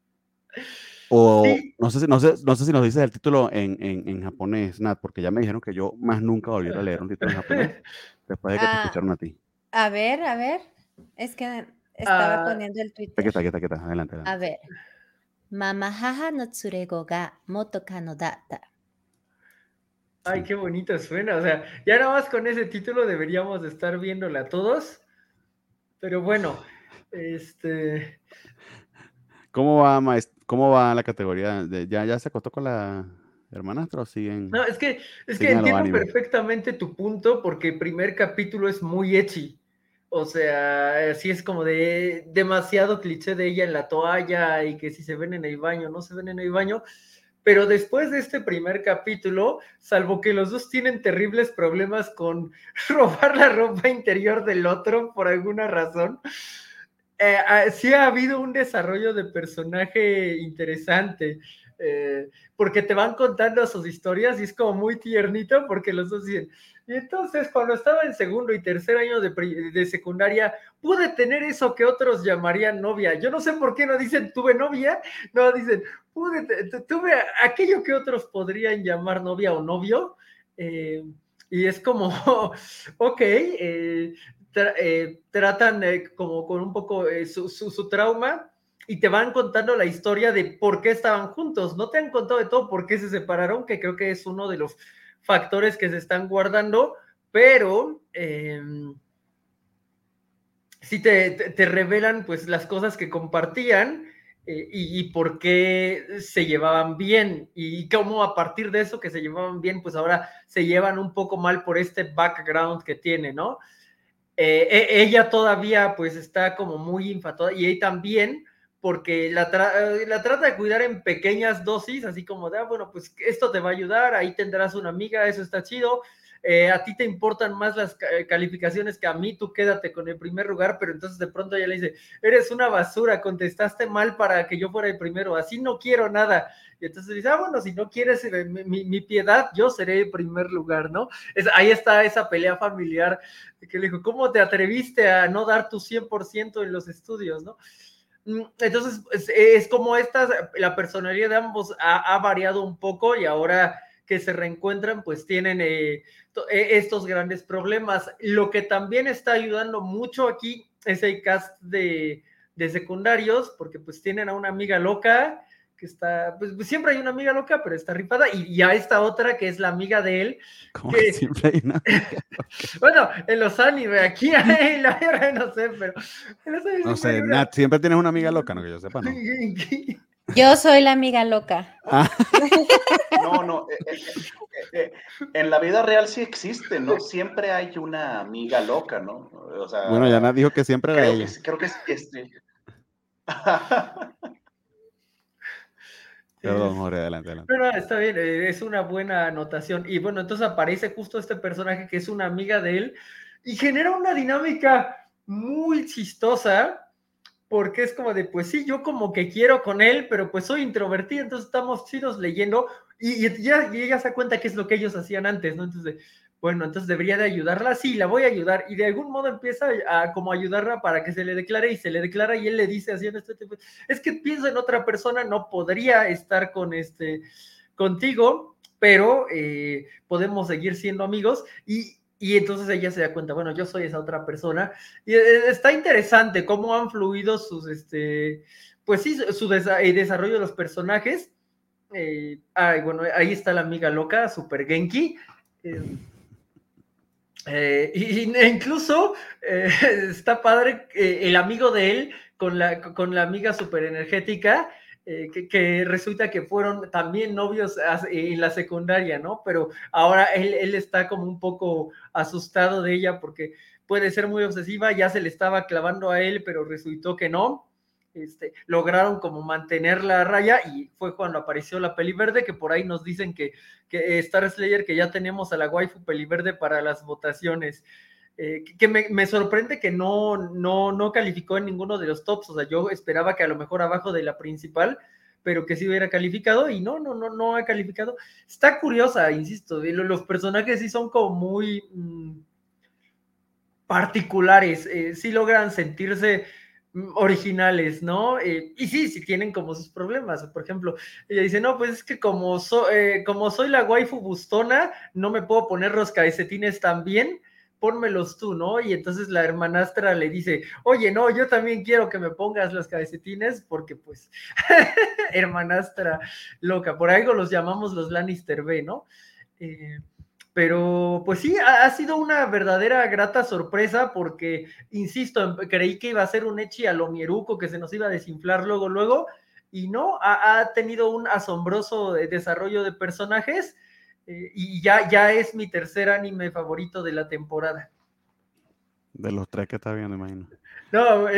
O sí. no sé si nos dices el título en japonés, Nat, porque ya me dijeron que yo más nunca volviera a leer un título en japonés después de que te escucharon a ti. A ver, es que estaba poniendo el Twitter. Aquí está, adelante. A ver. Mama haha no tsurego ga moto kano datta. Ay, qué bonito suena, o sea, ya nada más con ese título deberíamos de estar viéndola todos, pero bueno, ¿Cómo va la categoría? ¿Ya se acostó con la hermanastra o siguen? No, es que entiendo perfectamente tu punto, porque el primer capítulo es muy ecchi. O sea, sí es como de demasiado cliché de ella en la toalla y que si se ven en el baño, no se ven en el baño. Pero después de este primer capítulo, salvo que los dos tienen terribles problemas con robar la ropa interior del otro por alguna razón, sí ha habido un desarrollo de personaje interesante, porque te van contando sus historias y es como muy tiernito porque los dos dicen, y entonces cuando estaba en segundo y tercer año de secundaria pude tener eso que otros llamarían novia. Yo no sé por qué no dicen tuve novia, no dicen tuve aquello que otros podrían llamar novia o novio, y es como, ok, tratan como con un poco su trauma y te van contando la historia de por qué estaban juntos. No te han contado de todo por qué se separaron, que creo que es uno de los factores que se están guardando, pero sí te revelan pues las cosas que compartían y por qué se llevaban bien y cómo a partir de eso que se llevaban bien, pues ahora se llevan un poco mal por este background que tiene, ¿no? Ella todavía pues está como muy infatuada y él también, porque la trata de cuidar en pequeñas dosis, así como de, bueno, pues esto te va a ayudar, ahí tendrás una amiga, eso está chido, a ti te importan más las calificaciones que a mí, tú quédate con el primer lugar, pero entonces de pronto ella le dice, eres una basura, contestaste mal para que yo fuera el primero, así no quiero nada. Y entonces dice, bueno, si no quieres mi piedad, yo seré el primer lugar, ¿no? Ahí está esa pelea familiar que le dijo, ¿cómo te atreviste a no dar tu 100% en los estudios, no? Entonces, es como la personalidad de ambos ha variado un poco y ahora que se reencuentran, pues tienen estos grandes problemas. Lo que también está ayudando mucho aquí es el cast de secundarios, porque pues tienen a una amiga loca que está, pues siempre hay una amiga loca, pero está rifada, y a esta otra que es la amiga de él. Como que siempre hay una amiga loca. Bueno, en los animes, aquí hay la guerra, no sé, pero en los animes no sé, Nat, siempre tienes una amiga loca, no que yo sepa, ¿no? Yo soy la amiga loca. No, en la vida real sí existe, ¿no? Siempre hay una amiga loca, ¿no? O sea, bueno, ya Nat dijo que siempre era ella. Creo que sí. Perdón, Jorge, adelante. No, está bien, es una buena anotación. Y bueno, entonces aparece justo este personaje que es una amiga de él y genera una dinámica muy chistosa, porque es como de, pues sí, yo como que quiero con él, pero pues soy introvertido, entonces estamos chidos leyendo y ella se da cuenta qué es lo que ellos hacían antes, ¿no? Entonces, bueno, entonces debería de ayudarla, sí, la voy a ayudar, y de algún modo empieza a como ayudarla para que se le declare, y se le declara, y él le dice así en este tipo, es que pienso en otra persona, no podría estar contigo, pero podemos seguir siendo amigos, y entonces ella se da cuenta, bueno, yo soy esa otra persona, y está interesante cómo han fluido sus, pues sí, su desarrollo de los personajes. Bueno, ahí está la amiga loca, Super Genki. Incluso está padre el amigo de él con la amiga super energética, que resulta que fueron también novios en la secundaria, ¿no? Pero ahora él está como un poco asustado de ella porque puede ser muy obsesiva, ya se le estaba clavando a él, pero resultó que no. Lograron como mantener la raya y fue cuando apareció la peli verde, que por ahí nos dicen que Star Slayer, que ya tenemos a la waifu peli verde para las votaciones, que me sorprende que no calificó en ninguno de los tops, o sea, yo esperaba que a lo mejor abajo de la principal, pero que sí hubiera calificado y no ha calificado. Está curiosa, insisto, los personajes sí son como muy particulares, sí logran sentirse originales, ¿no? Y sí tienen como sus problemas. Por ejemplo, ella dice, no, pues es que como soy la waifu bustona, no me puedo poner los calcetines tan bien, pónmelos tú, ¿no? Y entonces la hermanastra le dice, oye, no, yo también quiero que me pongas los calcetines, porque pues, hermanastra loca, por algo los llamamos los Lannister B, ¿no? Pero pues sí, ha sido una verdadera grata sorpresa porque, insisto, creí que iba a ser un Echi a lo Mieruko, que se nos iba a desinflar luego, y no, ha tenido un asombroso desarrollo de personajes, y ya es mi tercer anime favorito de la temporada. De los 3 que está viendo, imagino. No,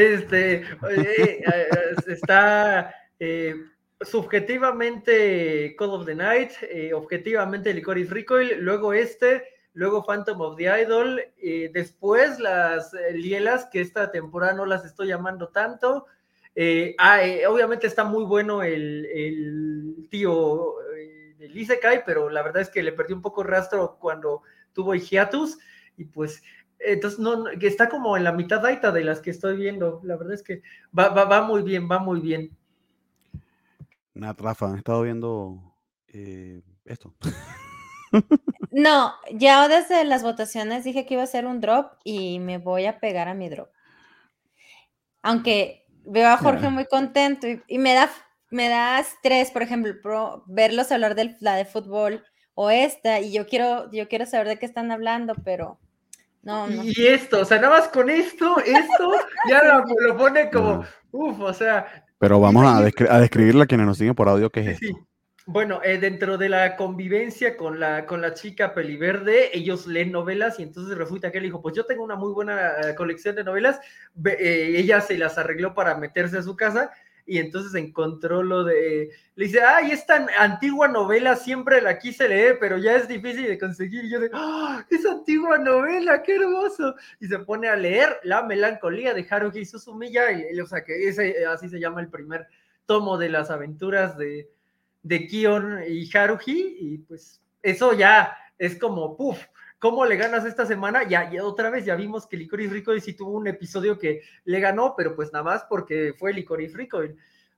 está subjetivamente Call of the Night, objetivamente Licorice Recoil, luego Phantom of the Idol, después las Lielas, que esta temporada no las estoy llamando tanto. Obviamente está muy bueno el tío del Isekai, pero la verdad es que le perdí un poco el rastro cuando tuvo hiatus, y pues entonces que está como en la mitad alta de las que estoy viendo. La verdad es que va muy bien, va muy bien. Nat, Rafa, ¿han estado viendo esto? No, ya desde las votaciones dije que iba a ser un drop y me voy a pegar a mi drop. Aunque veo a Jorge muy contento y me da estrés, por ejemplo, verlos hablar de la de fútbol o y yo quiero saber de qué están hablando, pero no. Y esto, o sea, nada más con esto ya lo pone como, o sea. Pero vamos a describirle a quienes nos siguen por audio qué es esto. Sí. Bueno, dentro de la convivencia con la chica peliverde, ellos leen novelas y entonces resulta que él dijo, pues yo tengo una muy buena colección de novelas, ella se las arregló para meterse a su casa y entonces encontró le dice, ay, esta antigua novela siempre la quise leer, pero ya es difícil de conseguir. Y yo esa antigua novela, qué hermoso. Y se pone a leer La melancolía de Haruhi Suzumiya, o sea que así se llama el primer tomo de las aventuras de Kion y Haruhi, y pues eso ya es como, ¿cómo le ganas esta semana? Ya otra vez ya vimos que Licorice Recoil sí tuvo un episodio que le ganó, pero pues nada más porque fue Licorice Recoil.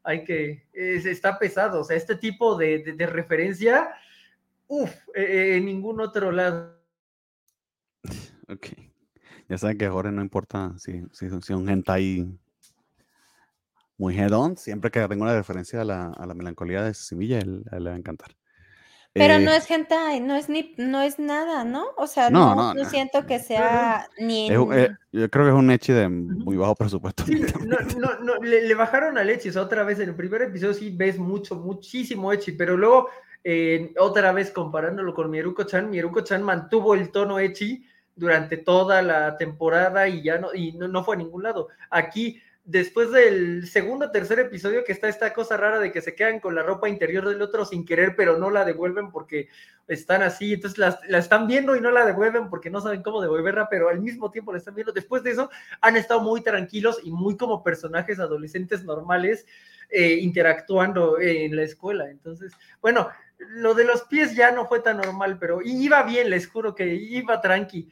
Está pesado, o sea, este tipo de referencia, en ningún otro lado. Ok. Ya saben que Jorge no importa si un hentai muy head-on, siempre que tenga una referencia a la melancolía de Semilla, él le va a encantar. Pero no es hentai, no es nada, ¿no? O sea, no siento que sea ni yo creo que es un ecchi de muy bajo presupuesto. Sí, no, le bajaron al ecchi, o sea, otra vez en el primer episodio sí ves muchísimo ecchi, pero luego otra vez comparándolo con Mieruko-chan mantuvo el tono ecchi durante toda la temporada y ya no fue a ningún lado. Aquí, después del segundo o tercer episodio, que está esta cosa rara de que se quedan con la ropa interior del otro sin querer, pero no la devuelven porque están así, entonces la están viendo y no la devuelven porque no saben cómo devolverla, pero al mismo tiempo la están viendo. Después de eso han estado muy tranquilos y muy como personajes adolescentes normales interactuando en la escuela. Entonces, bueno, lo de los pies ya no fue tan normal, pero iba bien, les juro que iba tranqui.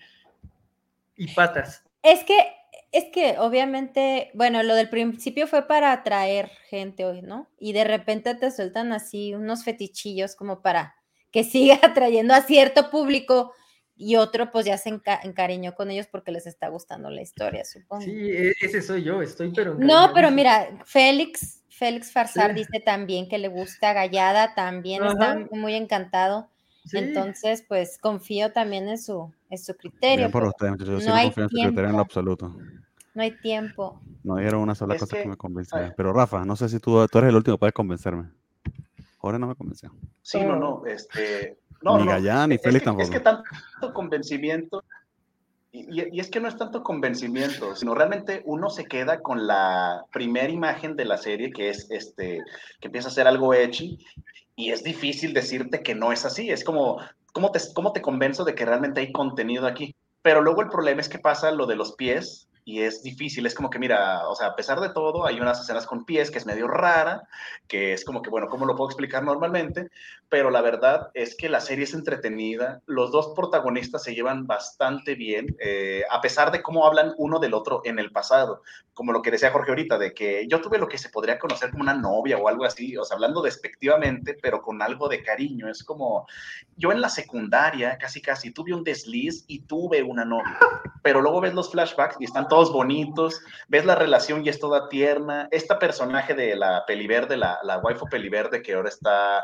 Y patas. Es que obviamente, bueno, lo del principio fue para atraer gente hoy, ¿no? Y de repente te sueltan así unos fetichillos como para que siga atrayendo a cierto público y otro pues ya se encariñó con ellos porque les está gustando la historia, supongo. Sí, ese soy yo, pero no, pero mira, Félix Farsar dice también que le gusta Gallada, también está muy encantado. Sí. Entonces, pues confío también en su criterio. Bien por ustedes, yo sí no confío en su criterio en lo absoluto. No hay tiempo. No dijeron una sola cosa que me convenciera. Pero Rafa, no sé si tú eres el último, puedes convencerme. Jorge no me convenció. Sí, no. Ni Gallán, ni Félix tampoco. Es que tanto convencimiento, y es que no es tanto convencimiento, sino realmente uno se queda con la primera imagen de la serie, que es que empieza a ser algo ecchi, y es difícil decirte que no es así. Es como, ¿cómo te convenzo de que realmente hay contenido aquí? Pero luego el problema es que pasa lo de los pies, y es difícil. Es como que, mira, o sea, a pesar de todo, hay unas escenas con pies que es medio rara, que es como que, bueno, ¿cómo lo puedo explicar normalmente? Pero la verdad es que la serie es entretenida. Los dos protagonistas se llevan bastante bien, a pesar de cómo hablan uno del otro en el pasado. Como lo que decía Jorge ahorita, de que yo tuve lo que se podría conocer como una novia o algo así, o sea, hablando despectivamente, pero con algo de cariño. Es como, yo en la secundaria casi tuve un desliz y tuve una novia, pero luego ves los flashbacks y están todos bonitos, ves la relación y es toda tierna. Esta personaje de la peliverde, la waifu peliverde, que ahora está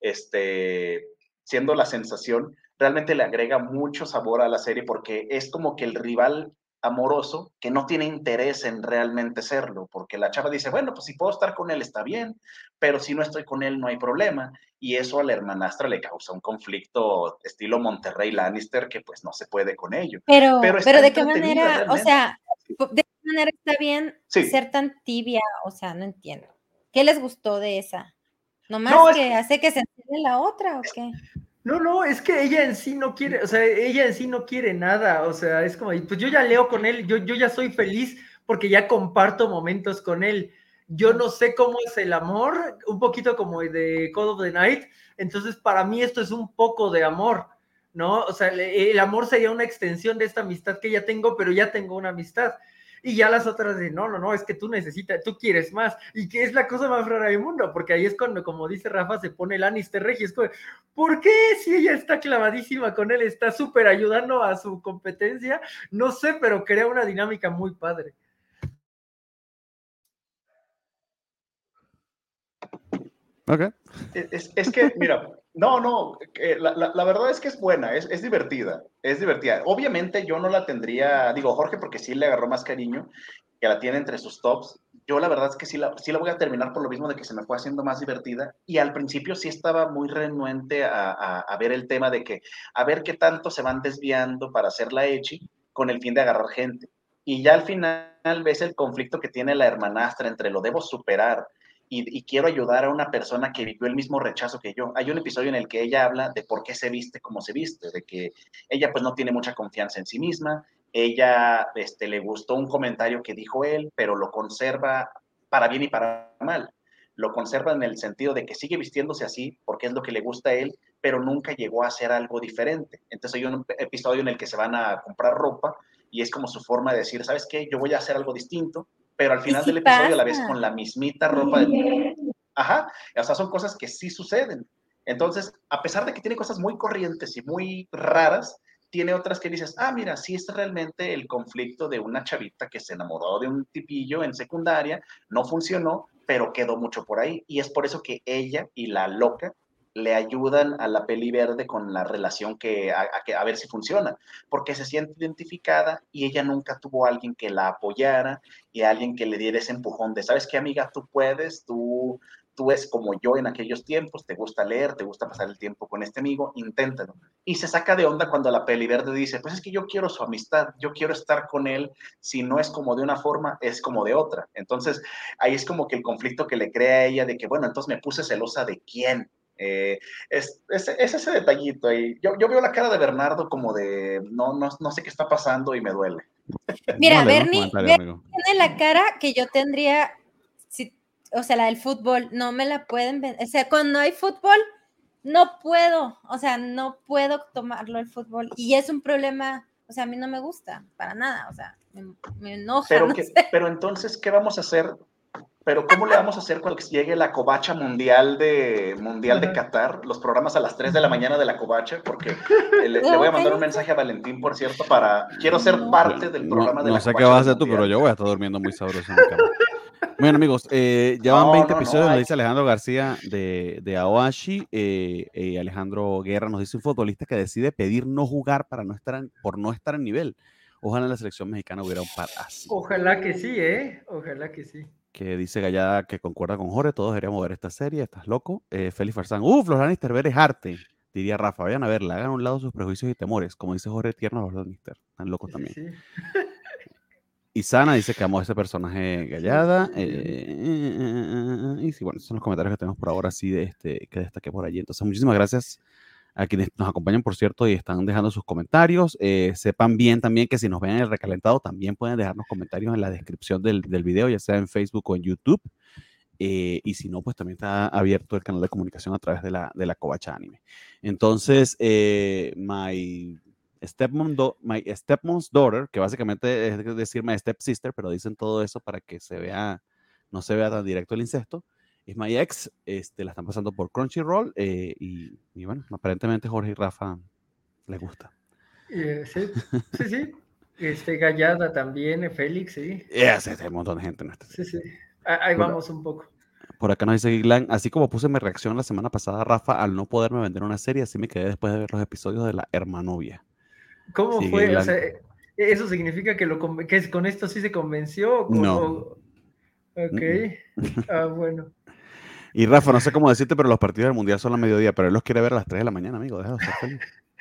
siendo la sensación, realmente le agrega mucho sabor a la serie, porque es como que el rival amoroso que no tiene interés en realmente serlo, porque la chava dice, bueno, pues si puedo estar con él está bien, pero si no estoy con él no hay problema, y eso a la hermanastra le causa un conflicto estilo Monterrey Lannister, que pues no se puede con ello. Pero ¿de qué manera? Realmente. O sea, ¿de qué manera está bien ser tan tibia? O sea, no entiendo. ¿Qué les gustó de esa? ¿Nomás que hace que se entiende la otra o qué? No, es que ella en sí no quiere, o sea, ella en sí no quiere nada, o sea, es como, pues yo ya leo con él, yo ya soy feliz porque ya comparto momentos con él. Yo no sé cómo es el amor, un poquito como de Code of the Night, entonces para mí esto es un poco de amor, ¿no? O sea, el amor sería una extensión de esta amistad que ya tengo, pero ya tengo una amistad. Y ya las otras de, no, es que tú quieres más. Y que es la cosa más rara del mundo, porque ahí es cuando, como dice Rafa, se pone el Lannister Rey, y es como, ¿por qué si ella está clavadísima con él, está súper ayudando a su competencia? No sé, pero crea una dinámica muy padre. Ok. Es que, mira, la verdad es que es buena, es divertida, Obviamente yo no la tendría, digo, Jorge, porque sí le agarró más cariño, que la tiene entre sus tops. Yo la verdad es que sí la voy a terminar por lo mismo de que se me fue haciendo más divertida, y al principio sí estaba muy renuente a ver el tema de que, a ver qué tanto se van desviando para hacerla ecchi con el fin de agarrar gente. Y ya al final ves el conflicto que tiene la hermanastra entre lo debo superar y quiero ayudar a una persona que vivió el mismo rechazo que yo. Hay un episodio en el que ella habla de por qué se viste como se viste, de que ella pues no tiene mucha confianza en sí misma, ella le gustó un comentario que dijo él, pero lo conserva para bien y para mal. lo conserva en el sentido de que sigue vistiéndose así porque es lo que le gusta a él, pero nunca llegó a hacer algo diferente. Entonces hay un episodio en el que se van a comprar ropa y es como su forma de decir, ¿sabes qué? Yo voy a hacer algo distinto, pero al final del episodio a la vez con la mismita ropa. Ajá, o sea, son cosas que sí suceden. Entonces, a pesar de que tiene cosas muy corrientes y muy raras, tiene otras que dices, mira, sí es realmente el conflicto de una chavita que se enamoró de un tipillo en secundaria, no funcionó, pero quedó mucho por ahí. Y es por eso que ella y la loca le ayudan a la peli verde con la relación a ver si funciona, porque se siente identificada y ella nunca tuvo a alguien que la apoyara y a alguien que le diera ese empujón de, ¿sabes qué, amiga? Tú puedes, tú es como yo en aquellos tiempos, te gusta leer, te gusta pasar el tiempo con este amigo, inténtalo. Y se saca de onda cuando la peli verde dice, pues es que yo quiero su amistad, yo quiero estar con él, si no es como de una forma, es como de otra. Entonces, ahí es como que el conflicto que le crea a ella de que, bueno, entonces me puse celosa de quién. Es ese detallito ahí. Yo veo la cara de Bernardo como de, no sé qué está pasando y me duele. Mira, Bernie tiene la cara que yo tendría, o sea, la del fútbol, no me la pueden ver. O sea, cuando hay fútbol, no puedo, o sea, no puedo tomarlo el fútbol. Y es un problema, o sea, a mí no me gusta para nada, o sea, me enoja. Pero entonces, ¿qué vamos a hacer? Pero ¿cómo le vamos a hacer cuando llegue la covacha mundial de Qatar? Los programas a las 3 de la mañana de la covacha, porque le voy a mandar un mensaje a Valentín, por cierto, quiero ser parte del programa de la covacha. No sé qué vas a hacer tú, pero yo voy a estar durmiendo muy sabroso en mi cama. Bueno, amigos, ya van 20 episodios, nos dice Alejandro García de Aoashi. Alejandro Guerra nos dice un futbolista que decide pedir no jugar por no estar en nivel. Ojalá en la selección mexicana hubiera un par así. Ojalá que sí, ojalá que sí. Que dice Gallada que concuerda con Jorge, todos deberíamos ver esta serie, estás loco. Félix Farsán, los Lannister ver es arte, diría Rafa, vayan a verla, hagan a un lado sus prejuicios y temores, como dice Jorge Tierno, los Lannister, están locos también. Sí. Y Sana dice que amó a ese personaje Gallada. Y sí, bueno, esos son los comentarios que tenemos por ahora, sí, que destaqué por allí. Entonces, muchísimas gracias a quienes nos acompañan, por cierto, y están dejando sus comentarios. Sepan bien también que si nos ven en el recalentado, también pueden dejarnos comentarios en la descripción del video, ya sea en Facebook o en YouTube. Y si no, pues también está abierto el canal de comunicación a través de la Covacha Anime. Entonces, My Stepmom's Daughter, que básicamente es decir My Stepsister, pero dicen todo eso para que no se vea tan directo el incesto. Es My Ex, la están pasando por Crunchyroll y bueno, aparentemente Jorge y Rafa les gusta. Sí. Gallada también, Félix, sí. Hay un montón de gente en Sí. Ahí vamos un poco. Por acá nos dice Giglan, así como puse mi reacción la semana pasada, Rafa, al no poderme vender una serie, así me quedé después de ver los episodios de La Hermanovia. ¿Cómo fue? Giglan. O sea, ¿eso significa que con esto sí se convenció? No. Ok. Bueno. Y Rafa, no sé cómo decirte, pero los partidos del Mundial son a mediodía, pero él los quiere ver a las 3 de la mañana, amigo. Déjalo ser feliz.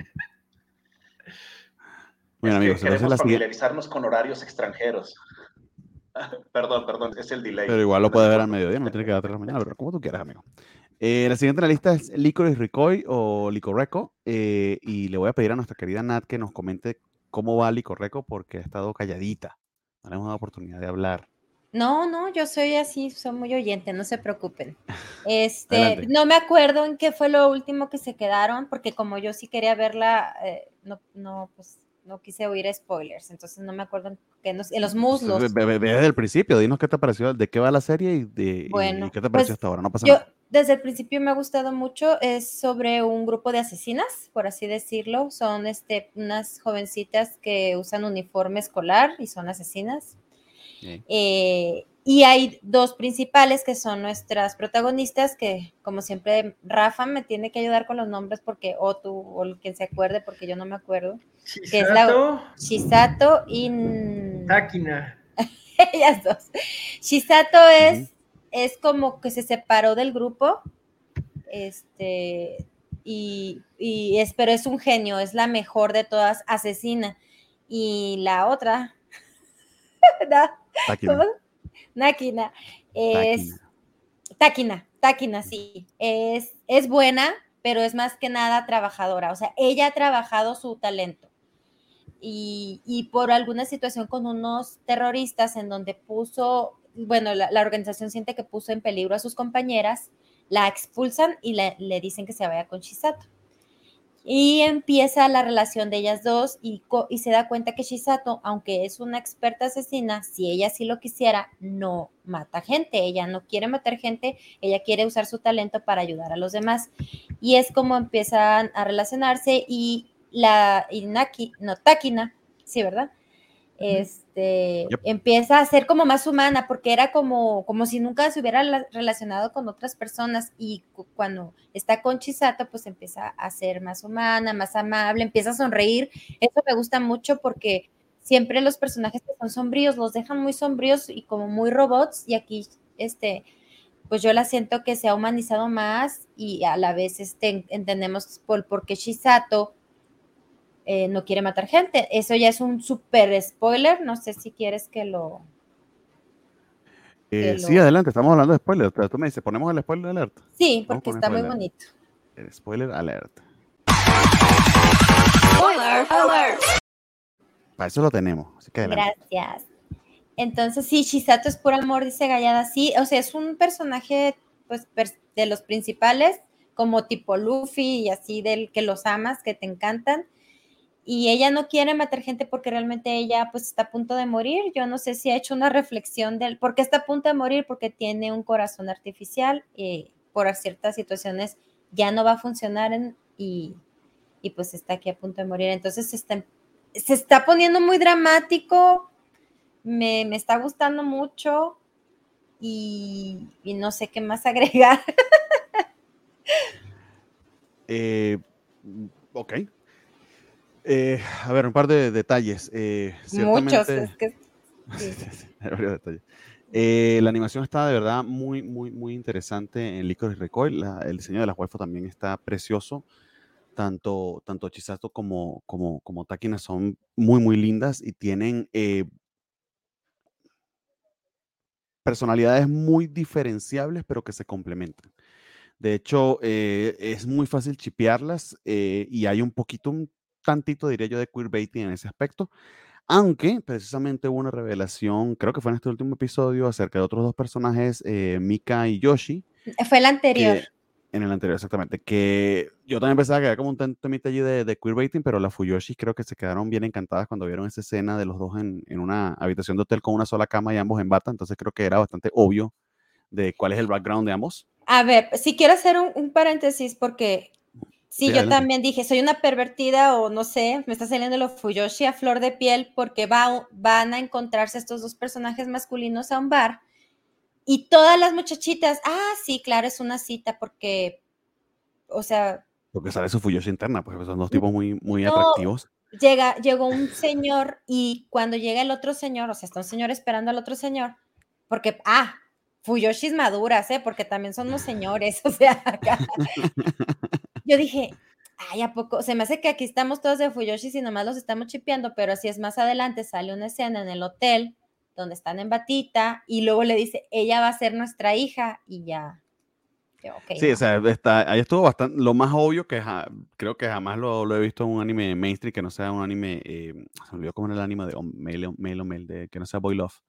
Bueno, amigos, queremos familiarizarnos con horarios extranjeros. Perdón, es el delay. Pero igual lo puedes ver al mediodía, no tiene que dar a 3 de la mañana, pero como tú quieras, amigo. La siguiente en la lista es Licorice Recoil o Licoreco, y le voy a pedir a nuestra querida Nat que nos comente cómo va Licoreco porque ha estado calladita. No le hemos dado oportunidad de hablar. No, yo soy así, soy muy oyente, no se preocupen. No me acuerdo en qué fue lo último que se quedaron, porque como yo sí quería verla, pues no quise oír spoilers, entonces no me acuerdo en los muslos. Ve desde el principio, dinos qué te pareció, de qué va la serie y qué te pareció hasta ahora, no pasa nada. Desde el principio me ha gustado mucho, es sobre un grupo de asesinas, por así decirlo, son unas jovencitas que usan uniforme escolar y son asesinas. Y hay dos principales que son nuestras protagonistas, que como siempre Rafa me tiene que ayudar con los nombres porque o tú o el que se acuerde porque yo no me acuerdo. Shisato y Takina. Ellas dos. Shisato es como que se separó del grupo, pero es un genio, es la mejor de todas, asesina. Y la otra Takina Takina, sí, es buena, pero es más que nada trabajadora, o sea, ella ha trabajado su talento y por alguna situación con unos terroristas en donde puso bueno, la organización siente que puso en peligro a sus compañeras, la expulsan y le dicen que se vaya con Chisato. Y empieza la relación de ellas dos y se da cuenta que Chisato, aunque es una experta asesina, si ella sí lo quisiera, no mata gente. Ella no quiere matar gente, ella quiere usar su talento para ayudar a los demás. Y es como empiezan a relacionarse y Takina, sí, ¿verdad? Empieza a ser como más humana, porque era como si nunca se hubiera relacionado con otras personas, y cuando está con Chisato, pues empieza a ser más humana, más amable, empieza a sonreír. Eso me gusta mucho porque siempre los personajes que son sombríos los dejan muy sombríos y como muy robots, y aquí pues yo la siento que se ha humanizado más, y a la vez entendemos por qué Chisato no quiere matar gente. Eso ya es un súper spoiler. No sé si quieres que lo... Sí, adelante, estamos hablando de spoiler. Tú me dices, ¿ponemos el spoiler alert? Sí, porque está muy bonito. El spoiler alert. Spoiler alert. Para eso lo tenemos. Así que adelante. Gracias. Entonces, sí, Chisato es por amor, dice Gallada. Sí, o sea, es un personaje, pues, de los principales, como tipo Luffy y así, del que los amas, que te encantan. Y ella no quiere matar gente porque realmente ella pues está a punto de morir. Yo no sé si ha hecho una reflexión de por qué está a punto de morir, porque tiene un corazón artificial, por ciertas situaciones ya no va a funcionar y pues está aquí a punto de morir. Entonces se está poniendo muy dramático, me está gustando mucho y no sé qué más agregar. Ok. A ver, un par de detalles. Muchos, Ciertamente, es que sí. varios detalles. La animación está de verdad muy, muy, muy interesante en Licorice Recoil. El diseño de las waifus también está precioso. Tanto Chisato como Takina son muy, muy lindas y tienen personalidades muy diferenciables, pero que se complementan. De hecho, es muy fácil chipearlas y hay un tantito, diría yo, de queerbaiting en ese aspecto. Aunque precisamente hubo una revelación, creo que fue en este último episodio, acerca de otros dos personajes, Mika y Yoshi. Fue el anterior. En el anterior, exactamente. Que yo también pensaba que había como un temita allí de queerbaiting, pero las Fuyoshi creo que se quedaron bien encantadas cuando vieron esa escena de los dos en una habitación de hotel con una sola cama y ambos en bata. Entonces creo que era bastante obvio de cuál es el background de ambos. A ver, si quiero hacer un paréntesis, porque sí, yo adelante. también dije, soy una pervertida o no sé, me está saliendo lo Fuyoshi a flor de piel, porque van a encontrarse estos dos personajes masculinos a un bar y todas las muchachitas, sí, claro, es una cita porque, o sea... Porque sale su Fuyoshi interna, pues son dos tipos muy, muy atractivos. Llegó un señor y cuando llega el otro señor, o sea, está un señor esperando al otro señor, porque, Fuyoshis maduras, porque también son unos señores, o sea, acá. Yo dije, ¿a poco? Se me hace que aquí estamos todos de Fuyoshis y nomás los estamos chipeando, pero así es, más adelante sale una escena en el hotel donde están en batita y luego le dice, ella va a ser nuestra hija y ya. Okay, sí, ¿no? O sea, ahí estuvo bastante, lo más obvio que creo que jamás lo he visto en un anime mainstream que no sea un anime, se me olvidó cómo era el anime de Mail, que no sea Boy Love.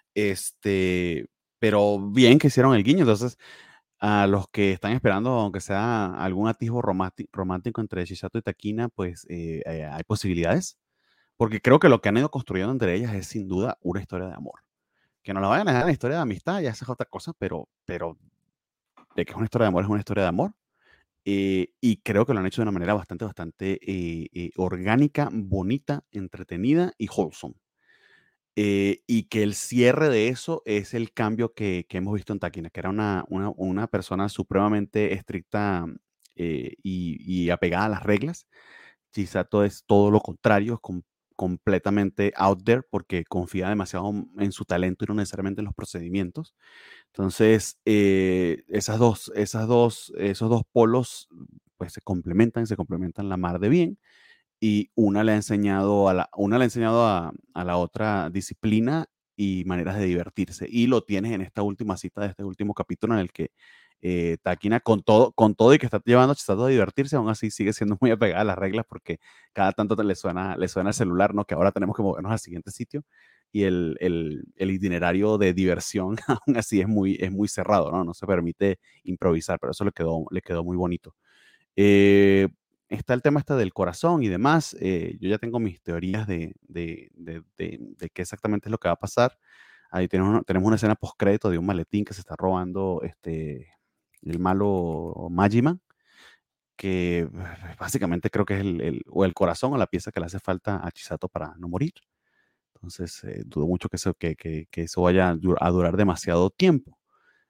Pero bien que hicieron el guiño, entonces a los que están esperando, aunque sea algún atisbo romántico entre Chisato y Takina, pues hay posibilidades, porque creo que lo que han ido construyendo entre ellas es sin duda una historia de amor. Que no la vayan a dejar en la historia de amistad, ya esa es otra cosa, pero de que es una historia de amor, es una historia de amor. Y creo que lo han hecho de una manera bastante orgánica, bonita, entretenida y wholesome. Y que el cierre de eso es el cambio que hemos visto en Takina, que era una persona supremamente estricta y apegada a las reglas. Chisato es todo lo contrario, es completamente out there porque confía demasiado en su talento y no necesariamente en los procedimientos. Entonces, esos dos polos pues se complementan la mar de bien, y una le ha enseñado a la otra disciplina y maneras de divertirse. Y lo tienes en esta última cita de este último capítulo en el que Takina, con todo y que está llevando a Chisato a divertirse, aún así sigue siendo muy apegada a las reglas porque cada tanto le suena el celular, ¿no? Que ahora tenemos que movernos al siguiente sitio. y el itinerario de diversión aún así es muy cerrado, ¿no? No se permite improvisar, pero eso le quedó muy bonito. Está el tema del corazón y demás. Yo ya tengo mis teorías de qué exactamente es lo que va a pasar. Ahí tenemos una escena postcrédito de un maletín que se está robando el malo Majima, que básicamente creo que es o el corazón o la pieza que le hace falta a Chisato para no morir. Entonces, dudo mucho que eso vaya a durar demasiado tiempo.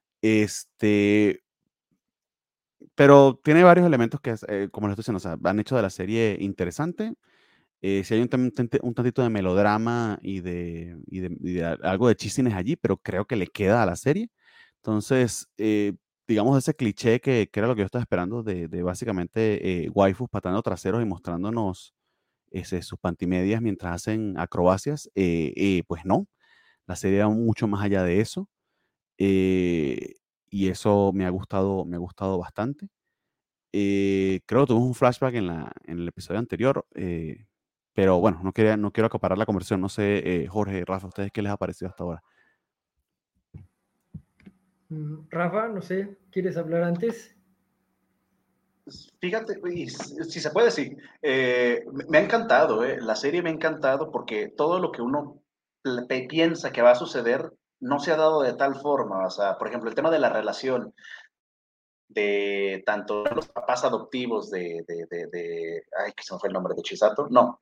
Pero tiene varios elementos que, como les estoy diciendo, o sea, han hecho de la serie interesante. Si hay un tantito de melodrama y de algo de chisines allí, pero creo que le queda a la serie. Entonces, digamos, ese cliché que era lo que yo estaba esperando de básicamente waifus patando traseros y mostrándonos sus pantimedias mientras hacen acrobacias, pues no, la serie va mucho más allá de eso. Y eso me ha gustado bastante. Creo que tuvimos un flashback en el episodio anterior, pero bueno, no quiero acaparar la conversación. No sé, Jorge, Rafa, ¿a ustedes qué les ha parecido hasta ahora? Rafa, no sé, ¿quieres hablar antes? Fíjate, si se puede, sí. Me ha encantado, la serie me ha encantado porque todo lo que uno piensa que va a suceder no se ha dado de tal forma. O sea, por ejemplo, el tema de la relación de tanto los papás adoptivos ay, que se me fue el nombre, de Chisato, no,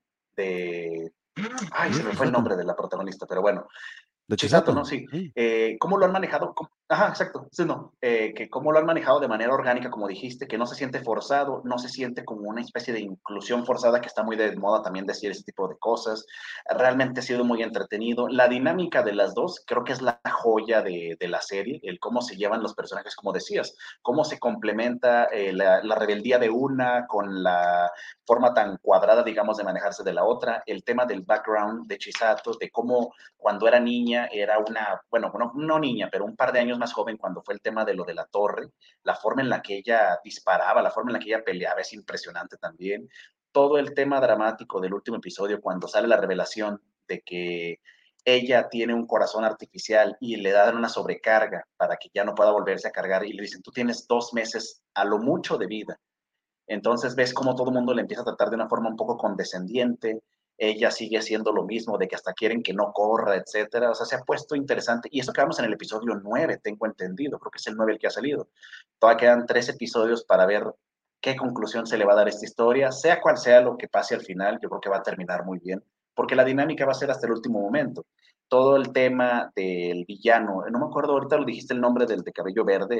ay, se me fue el nombre de la protagonista, pero bueno, ¿De Chisato, Chisato? ¿no? Sí. ¿Cómo lo han manejado? Ajá, exacto. Sí, no. Que cómo lo han manejado de manera orgánica, como dijiste, que no se siente forzado, no se siente como una especie de inclusión forzada, que está muy de moda también decir ese tipo de cosas. Realmente ha sido muy entretenido. La dinámica de las dos creo que es la joya de la serie, el cómo se llevan los personajes, como decías, cómo se complementa la rebeldía de una con la forma tan cuadrada, digamos, de manejarse de la otra, el tema del background de Chisato, de cómo cuando era niña era bueno, no niña, pero un par de años más joven cuando fue el tema de lo de la torre, la forma en la que ella disparaba, la forma en la que ella peleaba es impresionante también. Todo el tema dramático del último episodio cuando sale la revelación de que ella tiene un corazón artificial y le dan una sobrecarga para que ya no pueda volverse a cargar y le dicen, tú tienes 2 meses a lo mucho de vida. Entonces ves cómo todo el mundo le empieza a tratar de una forma un poco condescendiente, ella sigue haciendo lo mismo, de que hasta quieren que no corra, etcétera. O sea, se ha puesto interesante. Y eso quedamos en el episodio 9, tengo entendido. Creo que es el 9 el que ha salido. Todavía quedan 3 episodios para ver qué conclusión se le va a dar a esta historia. Sea cual sea lo que pase al final, yo creo que va a terminar muy bien. Porque la dinámica va a ser hasta el último momento. Todo el tema del villano, no me acuerdo, ahorita lo dijiste el nombre del de cabello verde,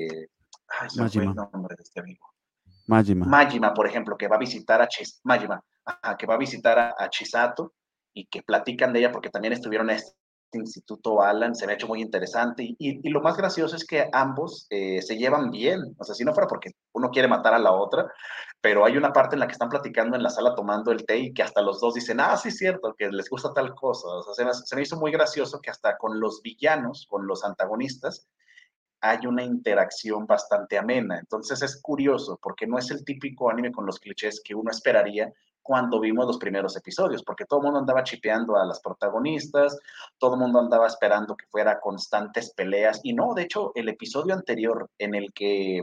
ay, se me fue el nombre de este amigo. Majima, por ejemplo, que va a visitar a que va a visitar a Chisato y que platican de ella porque también estuvieron en este instituto Alan, se me ha hecho muy interesante y lo más gracioso es que ambos se llevan bien, o sea, si no fuera porque uno quiere matar a la otra, pero hay una parte en la que están platicando en la sala tomando el té y que hasta los dos dicen, sí es cierto, que les gusta tal cosa, o sea, se me hizo muy gracioso que hasta con los villanos, con los antagonistas, hay una interacción bastante amena. Entonces es curioso porque no es el típico anime con los clichés que uno esperaría cuando vimos los primeros episodios, porque todo el mundo andaba chipeando a las protagonistas, todo el mundo andaba esperando que fuera constantes peleas, y no, de hecho, el episodio anterior en el que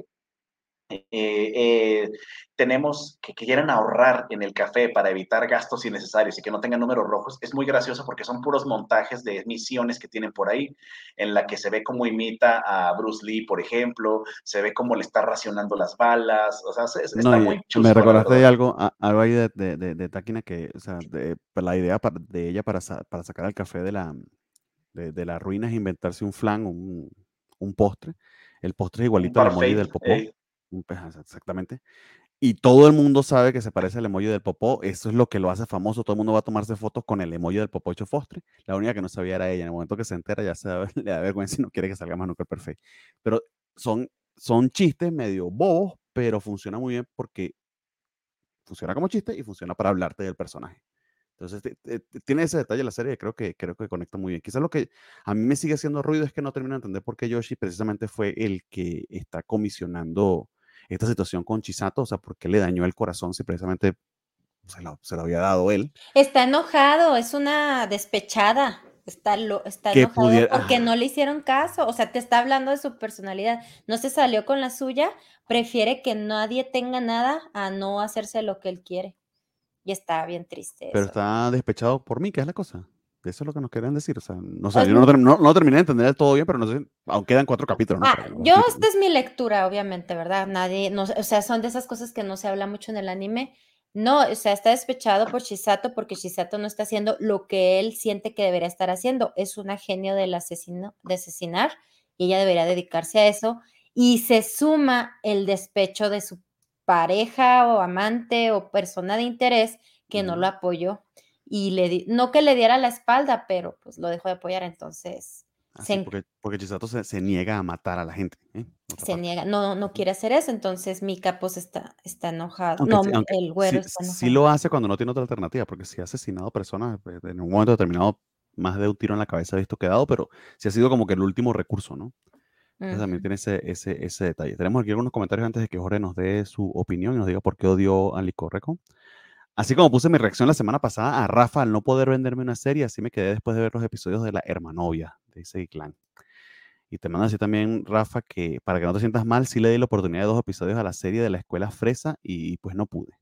tenemos que quieran ahorrar en el café para evitar gastos innecesarios y que no tengan números rojos, es muy gracioso porque son puros montajes de misiones que tienen por ahí, en la que se ve cómo imita a Bruce Lee, por ejemplo, se ve cómo le está racionando las balas, o sea, está muy chusco. Me recordaste de algo ahí de Takina, que, o sea, la idea de ella para sacar el café de la ruina es inventarse un flan, un postre. El postre es igualito al emoji del popó. Exactamente. Y todo el mundo sabe que se parece al emoji del popó. Eso es lo que lo hace famoso. Todo el mundo va a tomarse fotos con el emoji del popó hecho postre. La única que no sabía era ella. En el momento que se entera ya le da vergüenza y no quiere que salga más nunca el perfect. Pero son chistes medio bobos, pero funciona muy bien porque funciona como chiste y funciona para hablarte del personaje. Entonces, tiene ese detalle la serie, creo que conecta muy bien. Quizás lo que a mí me sigue haciendo ruido es que no termino de entender por qué Yoshi precisamente fue el que está comisionando esta situación con Chisato, o sea, por qué le dañó el corazón si precisamente se lo había dado él. Está enojado, es una despechada. Está que enojado pudiera... porque no le hicieron caso. O sea, te está hablando de su personalidad. No se salió con la suya. Prefiere que nadie tenga nada a no hacerse lo que él quiere. Y está bien triste Pero eso. está despechado por mí, que es la cosa. Eso es lo que nos querían decir. O sea, no O sé, yo sea, no terminé de entender del todo bien, pero no sé, aún quedan 4 capítulos, ¿no? Para que nos yo, expliquen, esta ¿no? es mi lectura, obviamente, ¿verdad? Nadie, no, o sea, son de esas cosas que no se habla mucho en el anime. No, o sea, está despechado por Chisato porque Chisato no está haciendo lo que él siente que debería estar haciendo. Es una genio del asesino, de asesinar, y ella debería dedicarse a eso. Y se suma el despecho de su pareja o amante o persona de interés que no lo apoyó. Y no que le diera la espalda, pero pues lo dejó de apoyar, entonces Así, porque Chisato se niega a matar a la gente, ¿eh? Otra se parte. niega, no quiere hacer eso, entonces Mika pues está enojado. Aunque, No, aunque el güero está sí enojado. lo hace cuando no tiene otra alternativa, porque si ha asesinado personas, pues, en un momento determinado, más de un tiro en la cabeza ha visto quedado, pero sí ha sido como que el último recurso, ¿no? Entonces también tiene ese detalle. Tenemos aquí algunos comentarios antes de que Jorge nos dé su opinión y nos diga por qué odió a Licorreco. Así como puse mi reacción la semana pasada a Rafa al no poder venderme una serie, así me quedé después de ver los episodios de La Hermanovia, de ese clan. Y te mando así también, Rafa, que para que no te sientas mal, sí le di la oportunidad de 2 episodios a la serie de la Escuela Fresa y pues no pude.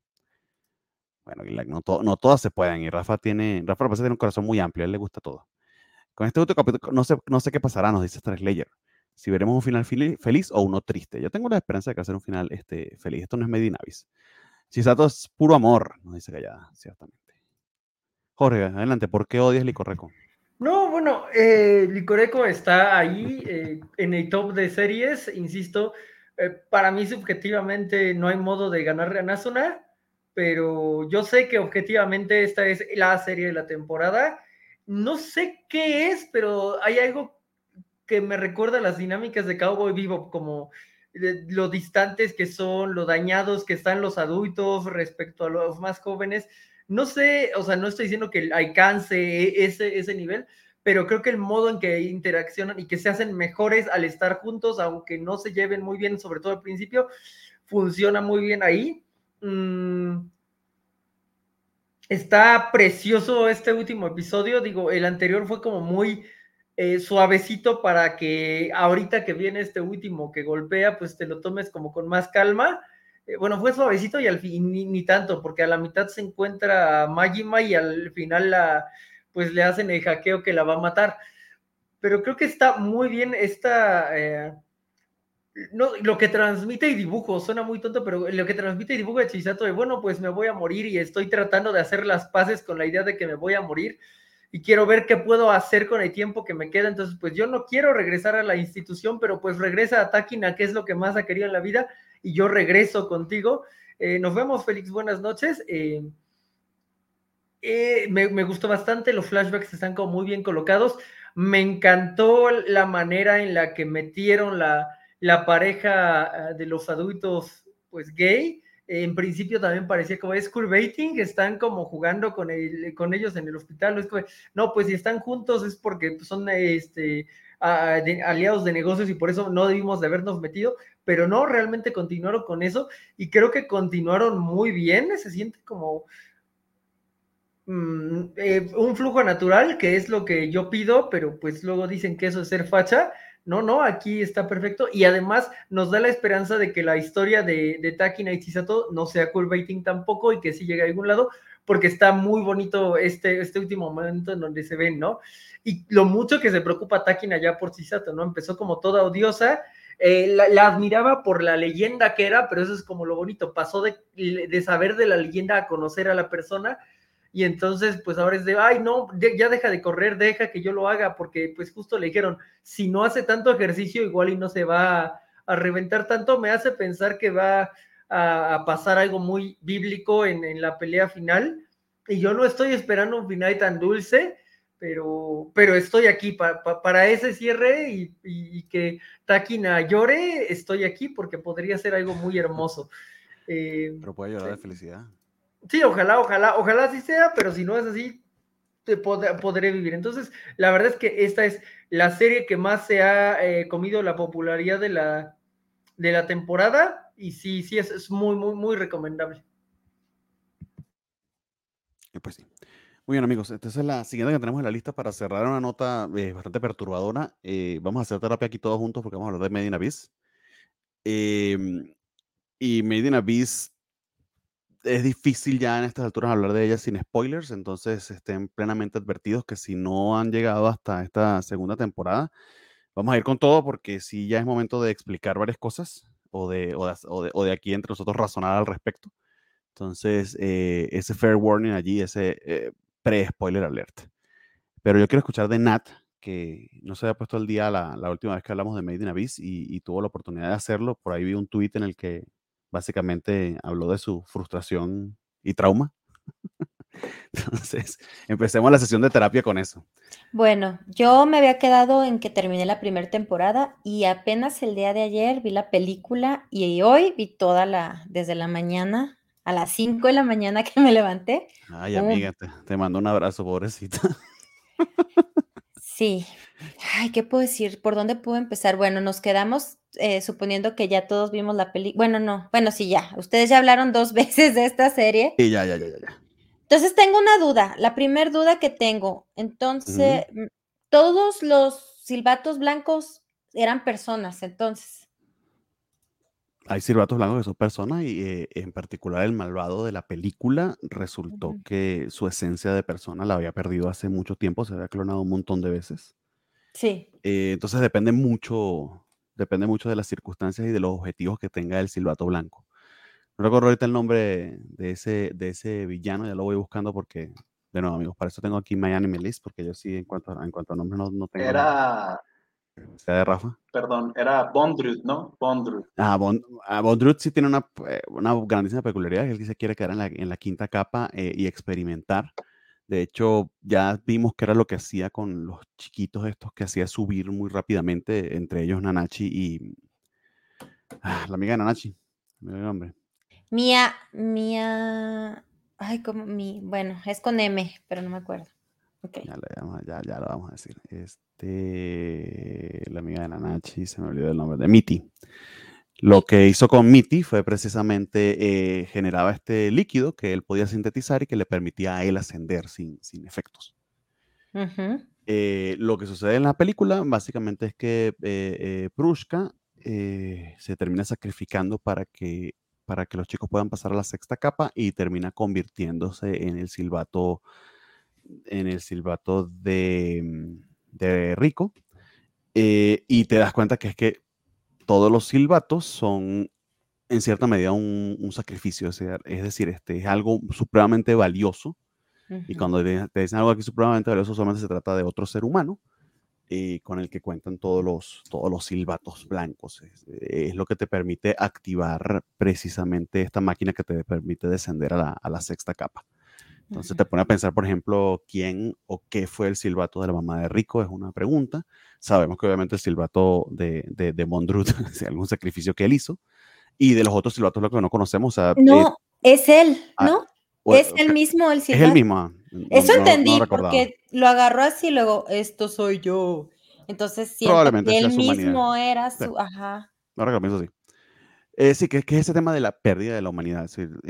Bueno, no todas se pueden. Y Rafa Rafa tiene un corazón muy amplio, a él le gusta todo. Con este último capítulo, no sé qué pasará, nos dice Star Slayer. Si veremos un final feliz o uno triste. Yo tengo la esperanza de que va a ser un final feliz. Esto no es Made in Abyss. Chisato es puro amor, nos dice Callada, ciertamente. Jorge, adelante, ¿por qué odias Licorreco? No, bueno, Licoreco está ahí en el top de series, insisto. Para mí, subjetivamente, no hay modo de ganar a Asuna, pero yo sé que objetivamente esta es la serie de la temporada. No sé qué es, pero hay algo que me recuerda las dinámicas de Cowboy Bebop, como lo distantes que son, lo dañados que están los adultos respecto a los más jóvenes. No sé, o sea, no estoy diciendo que alcance ese nivel, pero creo que el modo en que interaccionan y que se hacen mejores al estar juntos, aunque no se lleven muy bien, sobre todo al principio, funciona muy bien ahí. Está precioso este último episodio, digo, el anterior fue como muy suavecito para que ahorita que viene este último que golpea, pues te lo tomes como con más calma. Bueno, fue suavecito y al fin ni tanto, porque a la mitad se encuentra Majima y al final pues le hacen el hackeo que la va a matar. Pero creo que está muy bien no, lo que transmite y dibujo, suena muy tonto, pero lo que transmite y dibujo de Chisato de, bueno, pues me voy a morir y estoy tratando de hacer las paces con la idea de que me voy a morir y quiero ver qué puedo hacer con el tiempo que me queda. Entonces, pues yo no quiero regresar a la institución, pero pues regresa a Takina, que es lo que más ha querido en la vida, y yo regreso contigo. Nos vemos, Félix, buenas noches. Me gustó bastante, los flashbacks están como muy bien colocados. Me encantó la manera en la que metieron la pareja de los adultos, pues gay. En principio también parecía como es queerbaiting, están como jugando con ellos en el hospital. Es como, no, pues si están juntos es porque son aliados de negocios y por eso no debimos de habernos metido, pero no, realmente continuaron con eso y creo que continuaron muy bien. Se siente como un flujo natural, que es lo que yo pido, pero pues luego dicen que eso es ser facha. No, aquí está perfecto. Y además nos da la esperanza de que la historia de Takina y Chisato no sea queerbaiting tampoco y que sí llegue a algún lado, porque está muy bonito este último momento en donde se ven, ¿no? Y lo mucho que se preocupa Takina ya por Chisato, ¿no? Empezó como toda odiosa, la admiraba por la leyenda que era, pero eso es como lo bonito, pasó de saber de la leyenda a conocer a la persona, y entonces pues ahora es de, ay no, ya deja de correr, deja que yo lo haga, porque pues justo le dijeron, si no hace tanto ejercicio igual y no se va a reventar tanto. Me hace pensar que va a pasar algo muy bíblico en la pelea final, y yo no estoy esperando un final tan dulce, pero estoy aquí para ese cierre y que Takina llore, estoy aquí porque podría ser algo muy hermoso. Pero puede llorar de felicidad. Sí, ojalá así sea, pero si no es así, podré vivir. Entonces, la verdad es que esta es la serie que más se ha comido la popularidad de la temporada, y sí, es muy recomendable. Pues sí. Muy bien, amigos. Entonces, la siguiente que tenemos en la lista para cerrar una nota bastante perturbadora. Vamos a hacer terapia aquí todos juntos porque vamos a hablar de Made in Abyss. Y Made in Abyss es difícil ya en estas alturas hablar de ella sin spoilers, entonces estén plenamente advertidos que si no han llegado hasta esta segunda temporada, vamos a ir con todo porque sí ya es momento de explicar varias cosas o de aquí entre nosotros razonar al respecto. Entonces, ese fair warning allí, ese pre-spoiler alert. Pero yo quiero escuchar de Nat, que no se había puesto al día la última vez que hablamos de Made in Abyss y tuvo la oportunidad de hacerlo. Por ahí vi un tuit en el que básicamente habló de su frustración y trauma. Entonces, empecemos la sesión de terapia con eso. Bueno, yo me había quedado en que terminé la primera temporada y apenas el día de ayer vi la película y hoy vi desde la mañana, a las 5 de la mañana que me levanté. Ay, amiga, te mando un abrazo, pobrecita. Sí. Ay, ¿qué puedo decir? ¿Por dónde puedo empezar? Bueno, nos quedamos suponiendo que ya todos vimos la película. Bueno, no. Bueno, sí, ya. Ustedes ya hablaron 2 veces de esta serie. Sí, ya. Entonces tengo una duda. La primera duda que tengo. Entonces, todos los silbatos blancos eran personas, entonces. Hay silbatos blancos que son personas y en particular el malvado de la película resultó que su esencia de persona la había perdido hace mucho tiempo, se había clonado un montón de veces. Sí. Entonces depende mucho de las circunstancias y de los objetivos que tenga el silbato blanco. No recuerdo ahorita el nombre de ese villano, ya lo voy buscando porque, de nuevo, amigos, para eso tengo aquí My Anime List, porque yo sí, en cuanto a nombres, no tengo Era, sea de Rafa. perdón, era Bondrewd, ¿no? Bondrewd. Bondrewd sí tiene una grandísima peculiaridad, que él se quiere quedar en la quinta capa y experimentar. De hecho, ya vimos que era lo que hacía con los chiquitos estos, que hacía subir muy rápidamente, entre ellos Nanachi y la amiga de Nanachi, me dio el nombre. Mía, ay, bueno, es con M, pero no me acuerdo. Okay. Ya lo vamos a decir. La amiga de Nanachi, se me olvidó el nombre, de Mitty. Lo que hizo con Mitty fue precisamente generaba este líquido que él podía sintetizar y que le permitía a él ascender sin efectos. Lo que sucede en la película básicamente es que Prushka se termina sacrificando para que los chicos puedan pasar a la sexta capa y termina convirtiéndose en el silbato de Rico. Y te das cuenta que es que todos los silbatos son en cierta medida un sacrificio, es decir, es algo supremamente valioso. Y cuando te dicen algo aquí supremamente valioso, solamente se trata de otro ser humano con el que cuentan todos los silbatos blancos. Es lo que te permite activar precisamente esta máquina que te permite descender a la sexta capa. Entonces te pone a pensar, por ejemplo, quién o qué fue el silbato de la mamá de Rico, es una pregunta. Sabemos que obviamente el silbato de Bondrewd es algún sacrificio que él hizo. Y de los otros silbatos lo que no conocemos, o sea, no, es él, ¿no? Es el mismo el silbato. Es el mismo. Eso entendí, porque lo agarró así y luego, esto soy yo. Entonces siento que él mismo era su, ajá. Ahora que lo pienso, sí. Sí, que es ese tema de la pérdida de la humanidad. Es decir,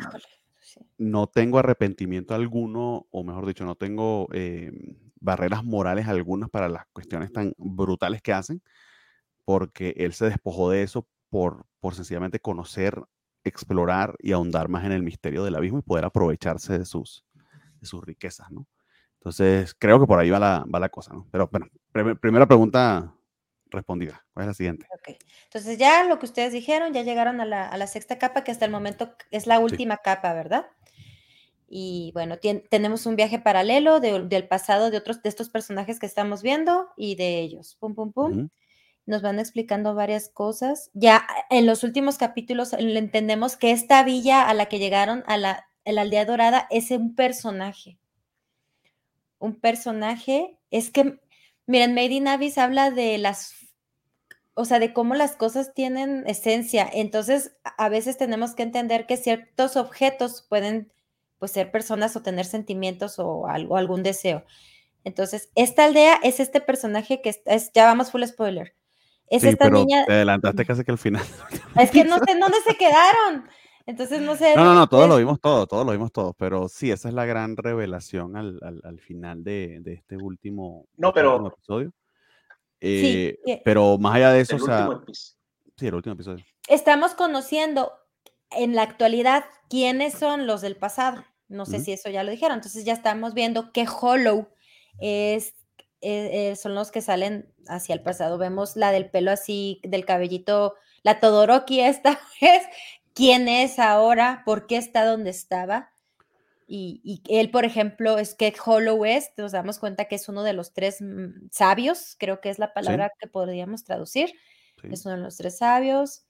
no tengo arrepentimiento alguno, o mejor dicho, no tengo barreras morales algunas para las cuestiones tan brutales que hacen, porque él se despojó de eso por sencillamente conocer, explorar y ahondar más en el misterio del abismo y poder aprovecharse de sus riquezas, ¿no? Entonces, creo que por ahí va la cosa, ¿no? Pero bueno, primera pregunta respondida. ¿Cuál es la siguiente? Okay. Entonces, ya lo que ustedes dijeron, ya llegaron a la sexta capa, que hasta el momento es la última capa, ¿verdad? Y bueno, tenemos un viaje paralelo del pasado de estos personajes que estamos viendo y de ellos. Pum, pum, pum. Nos van explicando varias cosas. Ya en los últimos capítulos entendemos que esta villa a la que llegaron, a la aldea dorada, es un personaje. Un personaje, es que, miren, Made in Abyss habla de de cómo las cosas tienen esencia. Entonces, a veces tenemos que entender que ciertos objetos pueden, pues, ser personas o tener sentimientos o algún deseo. Entonces, esta aldea es este personaje que ya vamos full spoiler. Es sí, esta pero niña. Te adelantaste casi que al final. Es que no sé en dónde se quedaron. Entonces, no sé. No, todos lo vimos todos, pero sí, esa es la gran revelación al final de este último episodio. Sí, pero más allá de eso, el último episodio. Sí, el último episodio. Estamos conociendo en la actualidad quiénes son los del pasado. No sé si eso ya lo dijeron. Entonces ya estamos viendo qué Hollow son los que salen hacia el pasado. Vemos la del pelo así, del cabellito, la Todoroki esta vez. ¿Quién es ahora? ¿Por qué está donde estaba? Y él, por ejemplo, es que Hollow nos damos cuenta que es uno de los 3 sabios, creo que es la palabra que podríamos traducir. Sí. Es uno de los 3 sabios.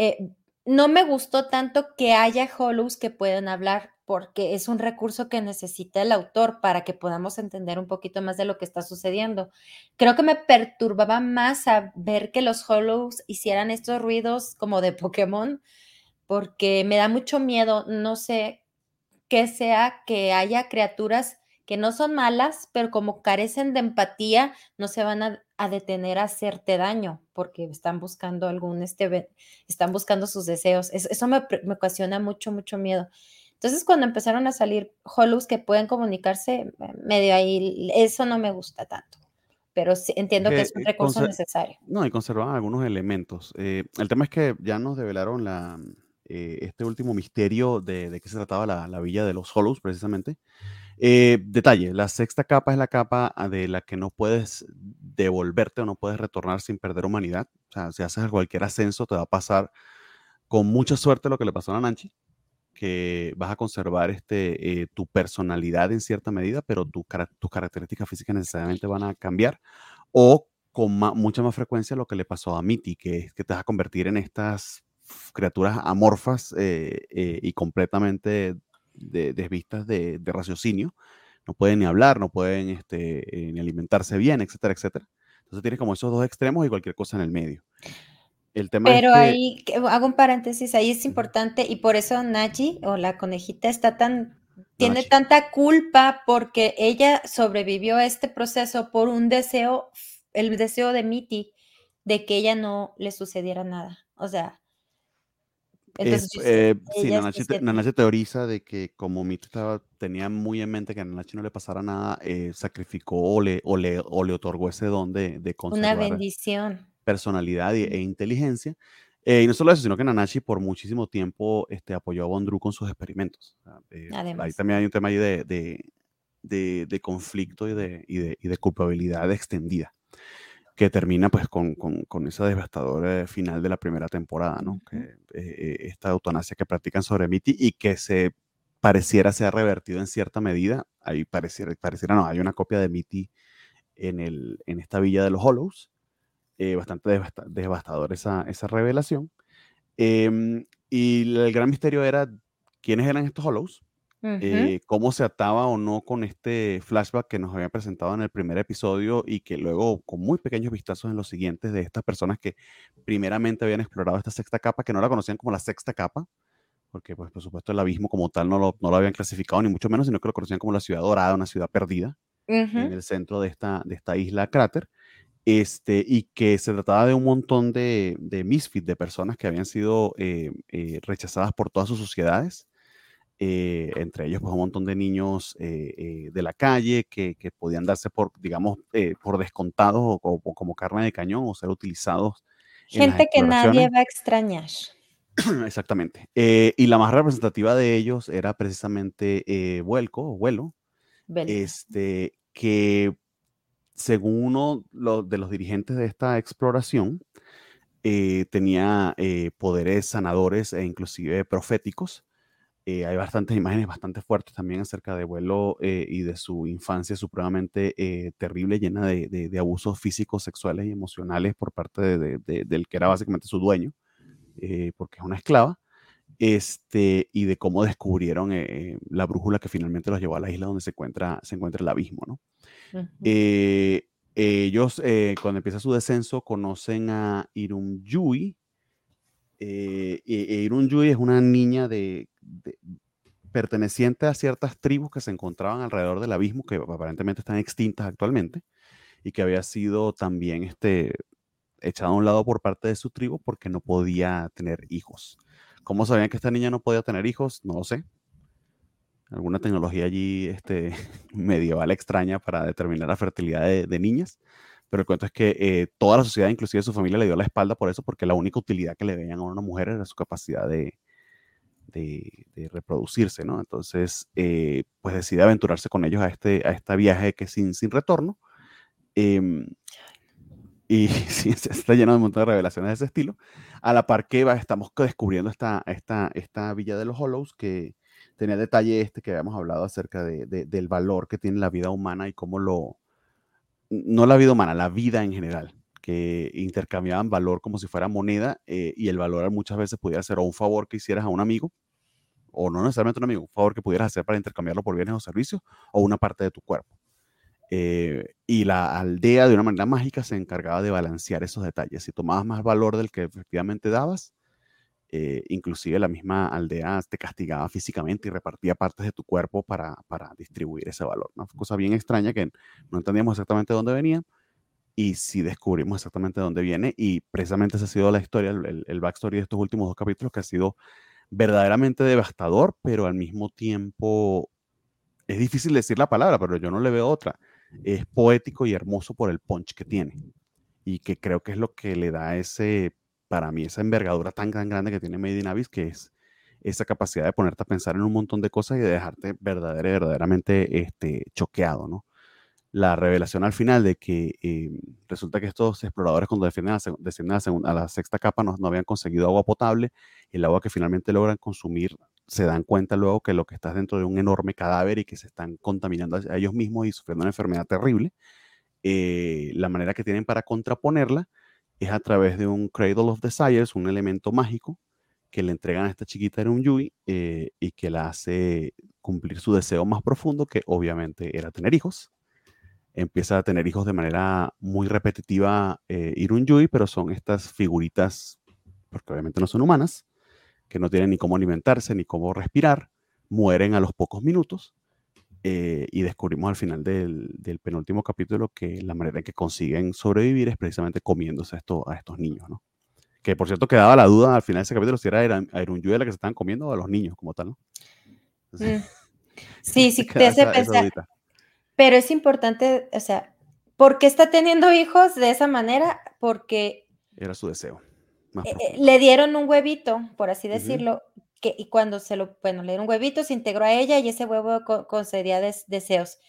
No me gustó tanto que haya Hollows que puedan hablar, porque es un recurso que necesita el autor para que podamos entender un poquito más de lo que está sucediendo. Creo que me perturbaba más a ver que los Hollows hicieran estos ruidos como de Pokémon, porque me da mucho miedo, no sé, que sea que haya criaturas que no son malas, pero como carecen de empatía, no se van a detener a hacerte daño, porque están buscando están buscando sus deseos. Eso me ocasiona mucho, mucho miedo. Entonces, cuando empezaron a salir Hollows que pueden comunicarse, medio ahí, eso no me gusta tanto. Pero sí, entiendo que es un recurso necesario. No, y conservan algunos elementos. El tema es que ya nos develaron este último misterio de qué se trataba la villa de los Hollows, precisamente. Detalle, la 6ª capa es la capa de la que no puedes devolverte o no puedes retornar sin perder humanidad. O sea, si haces cualquier ascenso, te va a pasar con mucha suerte lo que le pasó a Nanchi, que vas a conservar tu personalidad en cierta medida, pero tus características físicas necesariamente van a cambiar, o con mucha más frecuencia lo que le pasó a Mitty, que te vas a convertir en estas criaturas amorfas y completamente desvistas de raciocinio. No pueden ni hablar, no pueden ni alimentarse bien, etcétera, etcétera. Entonces tienes como esos 2 extremos y cualquier cosa en el medio. El tema Pero es que, ahí hago un paréntesis, ahí es importante y por eso Naji o la conejita tiene tanta culpa porque ella sobrevivió a este proceso por un deseo, el deseo de Mitty, de que ella no le sucediera nada. O sea, entonces sí, Nanachi teoriza de que como Mitty tenía muy en mente que a Nanachi no le pasara nada, sacrificó o le otorgó ese don de conservar una bendición, personalidad e inteligencia. Y no solo eso, sino que Nanachi por muchísimo tiempo apoyó a Bondru con sus experimentos. Ahí también hay un tema ahí de conflicto y de culpabilidad extendida, que termina pues con ese devastador final de la primera temporada, ¿no? Que esta eutanasia que practican sobre Mitty y que pareciera se ha revertido en cierta medida. Ahí pareciera no, hay una copia de Mitty en esta villa de los Hollows. Bastante devastador esa revelación. Y el gran misterio era quiénes eran estos Hollows, cómo se ataba o no con este flashback que nos habían presentado en el primer episodio y que luego con muy pequeños vistazos en los siguientes de estas personas que primeramente habían explorado esta 6ª capa, que no la conocían como la 6ª capa, porque pues por supuesto el abismo como tal no lo habían clasificado ni mucho menos, sino que lo conocían como la ciudad dorada, una ciudad perdida en el centro de esta isla cráter. Y que se trataba de un montón de misfits, de personas que habían sido rechazadas por todas sus sociedades, entre ellos pues un montón de niños de la calle que podían darse por, digamos, por descontados o como carne de cañón o ser utilizados. Gente que nadie va a extrañar. Exactamente. Y la más representativa de ellos era precisamente Vuelo, que según uno de los dirigentes de esta exploración, tenía poderes sanadores e inclusive proféticos. Hay bastantes imágenes bastante fuertes también acerca de Vuelo y de su infancia supremamente terrible, llena de abusos físicos, sexuales y emocionales por parte del que era básicamente su dueño, porque es una esclava. Y de cómo descubrieron la brújula que finalmente los llevó a la isla donde se encuentra el abismo, ¿no? Ellos, cuando empieza su descenso, conocen a Irumyui. Irumyui es una niña perteneciente a ciertas tribus que se encontraban alrededor del abismo, que aparentemente están extintas actualmente, y que había sido también echada a un lado por parte de su tribu porque no podía tener hijos. ¿Cómo sabían que esta niña no podía tener hijos? No lo sé. Alguna tecnología allí medieval extraña para determinar la fertilidad de niñas. Pero el cuento es que toda la sociedad, inclusive su familia, le dio la espalda por eso, porque la única utilidad que le veían a una mujer era su capacidad de reproducirse, ¿no? Entonces, pues decide aventurarse con ellos a este viaje que sin retorno. Y sí, está lleno de un montón de revelaciones de ese estilo. A la par que estamos descubriendo esta Villa de los Hollows, que tenía el detalle que habíamos hablado acerca del valor que tiene la vida humana y cómo no la vida humana, la vida en general, que intercambiaban valor como si fuera moneda, y el valor muchas veces pudiera ser o un favor que hicieras a un amigo, o no necesariamente un amigo, un favor que pudieras hacer para intercambiarlo por bienes o servicios, o una parte de tu cuerpo. Y la aldea, de una manera mágica, se encargaba de balancear esos detalles. Si tomabas más valor del que efectivamente dabas, inclusive la misma aldea te castigaba físicamente y repartía partes de tu cuerpo para distribuir ese valor. Una cosa bien extraña que no entendíamos exactamente de dónde venía, y sí descubrimos exactamente de dónde viene, y precisamente esa ha sido la historia, el backstory de estos últimos 2 capítulos, que ha sido verdaderamente devastador, pero al mismo tiempo es difícil decir la palabra, pero yo no le veo otra. Es poético y hermoso por el punch que tiene, y que creo que es lo que le da para mí, esa envergadura tan grande que tiene Made in Abyss, que es esa capacidad de ponerte a pensar en un montón de cosas y de dejarte verdaderamente choqueado, ¿no? La revelación al final de que resulta que estos exploradores, cuando descienden a la 6ª capa, no habían conseguido agua potable. El agua que finalmente logran consumir, se dan cuenta luego que lo que está dentro de un enorme cadáver y que se están contaminando a ellos mismos y sufriendo una enfermedad terrible. La manera que tienen para contraponerla es a través de un Cradle of Desires, un elemento mágico que le entregan a esta chiquita Erunjui, y que la hace cumplir su deseo más profundo, que obviamente era tener hijos. Empieza a tener hijos de manera muy repetitiva, Irunjui, pero son estas figuritas, porque obviamente no son humanas, que no tienen ni cómo alimentarse ni cómo respirar, mueren a los pocos minutos, y descubrimos al final del penúltimo capítulo que la manera en que consiguen sobrevivir es precisamente comiéndose a estos niños, ¿no? Que por cierto quedaba la duda al final de ese capítulo si era a Irunjui la que se estaban comiendo o a los niños como tal, ¿no? Entonces, sí, te hace pensar. Pero es importante, o sea, ¿por qué está teniendo hijos de esa manera? Porque era su deseo. Le dieron un huevito, por así decirlo, y cuando le dieron un huevito, se integró a ella y ese huevo concedía deseos.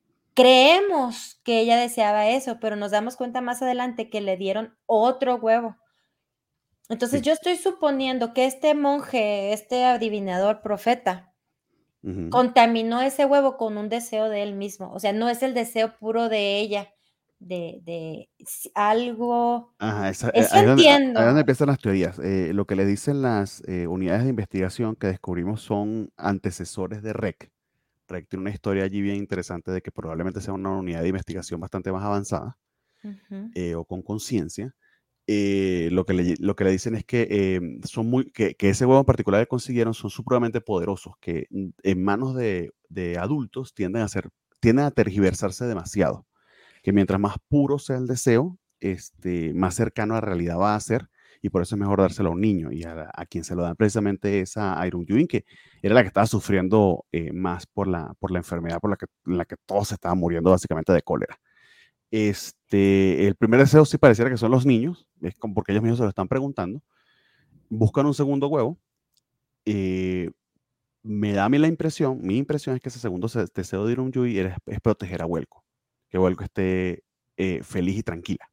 Creemos que ella deseaba eso, pero nos damos cuenta más adelante que le dieron otro huevo. Entonces yo estoy suponiendo que este monje, este adivinador, profeta, contaminó ese huevo con un deseo de él mismo. O sea, no es el deseo puro de ella, de algo. Ajá, Eso ahí entiendo. es donde empiezan las teorías. Lo que le dicen las unidades de investigación que descubrimos son antecesores de REC. REC tiene una historia allí bien interesante de que probablemente sea una unidad de investigación bastante más avanzada, o con conciencia. Lo que le dicen es que que ese huevo en particular que consiguieron son supremamente poderosos, que en manos de adultos tienden a tergiversarse demasiado, que mientras más puro sea el deseo, más cercano a la realidad va a ser, y por eso es mejor dárselo a un niño, y a quien se lo dan precisamente es a Irunjui, que era la que estaba sufriendo más por la enfermedad en la que todos estaban muriendo básicamente de cólera. El primer deseo sí pareciera que son los niños, es como porque ellos mismos se lo están preguntando, buscan un segundo huevo. Me da a mí mi impresión es que ese segundo deseo de Irunjui es proteger a Huelco, que Huelco esté feliz y tranquila.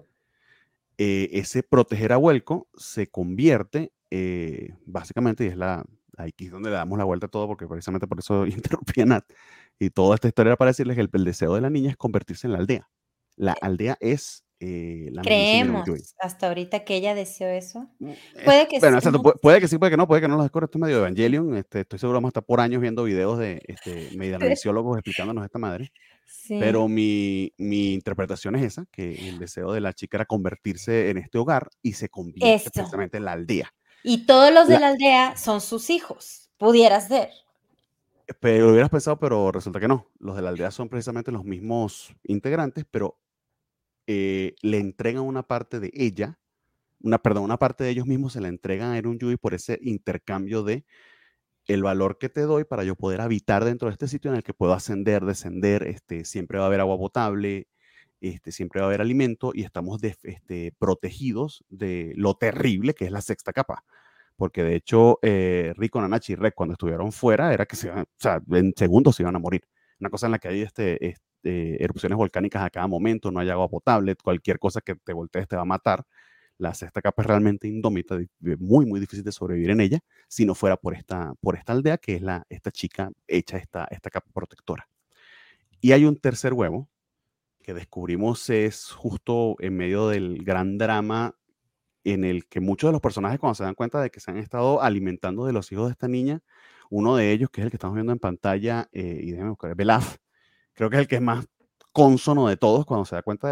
Ese proteger a Huelco se convierte, básicamente, y es aquí es donde le damos la vuelta a todo, porque precisamente por eso interrumpí a Nat, y toda esta historia era para decirles que el deseo de la niña es convertirse en la aldea. La aldea es la Creemos hasta ahorita que ella deseó eso. Puede que bueno, sí, puede que sí, puede que no lo descubra. Esto es medio Evangelion. Estoy seguro vamos a estar por años viendo videos de medianavisiólogos explicándonos esta madre. Sí. Pero mi interpretación es esa, que el deseo de la chica era convertirse en este hogar y se convierte precisamente en la aldea. Y todos los de la aldea son sus hijos, pudiera ser. Pero lo hubieras pensado, pero resulta que no. Los de la aldea son precisamente los mismos integrantes, pero le entregan una parte de ella una parte de ellos mismos se la entregan a Irun Yui por ese intercambio de el valor que te doy para yo poder habitar dentro de este sitio en el que puedo ascender, descender, siempre va a haber agua potable, siempre va a haber alimento y estamos protegidos de lo terrible que es la sexta capa. Porque de hecho, Rico, Nanachi y Rek, cuando estuvieron fuera, era que en segundos se iban a morir. Una cosa en la que hay erupciones volcánicas a cada momento, no hay agua potable, cualquier cosa que te voltees te va a matar. La sexta capa es realmente indómita, muy, muy difícil de sobrevivir en ella, si no fuera por esta aldea, que es esta chica hecha esta capa protectora. Y hay un tercer huevo que descubrimos es justo en medio del gran drama en el que muchos de los personajes, cuando se dan cuenta de que se han estado alimentando de los hijos de esta niña, uno de ellos, que es el que estamos viendo en pantalla, y déjenme buscar, Belaf, creo que es el que es más cónsono de todos cuando se da cuenta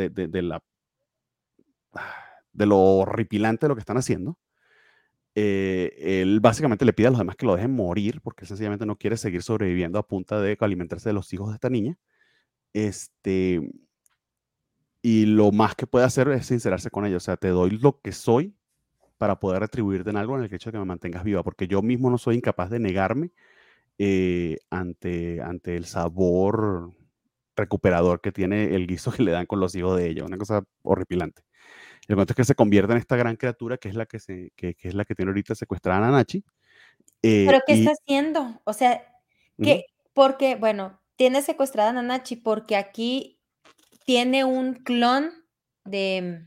de lo horripilante de lo que están haciendo. Él básicamente le pide a los demás que lo dejen morir porque él sencillamente no quiere seguir sobreviviendo a punta de alimentarse de los hijos de esta niña. Y lo más que puede hacer es sincerarse con ellos. O sea, te doy lo que soy para poder retribuirte en algo en el hecho de que me mantengas viva, porque yo mismo no soy incapaz de negarme ante el sabor recuperador que tiene el guiso que le dan con los hijos de ella. Una cosa horripilante. El cuento es que se convierte en esta gran criatura que es la que es la que tiene ahorita secuestrada a Nanachi. ¿Pero qué está haciendo? O sea, porque, bueno, tiene secuestrada a Nanachi porque aquí tiene un clon de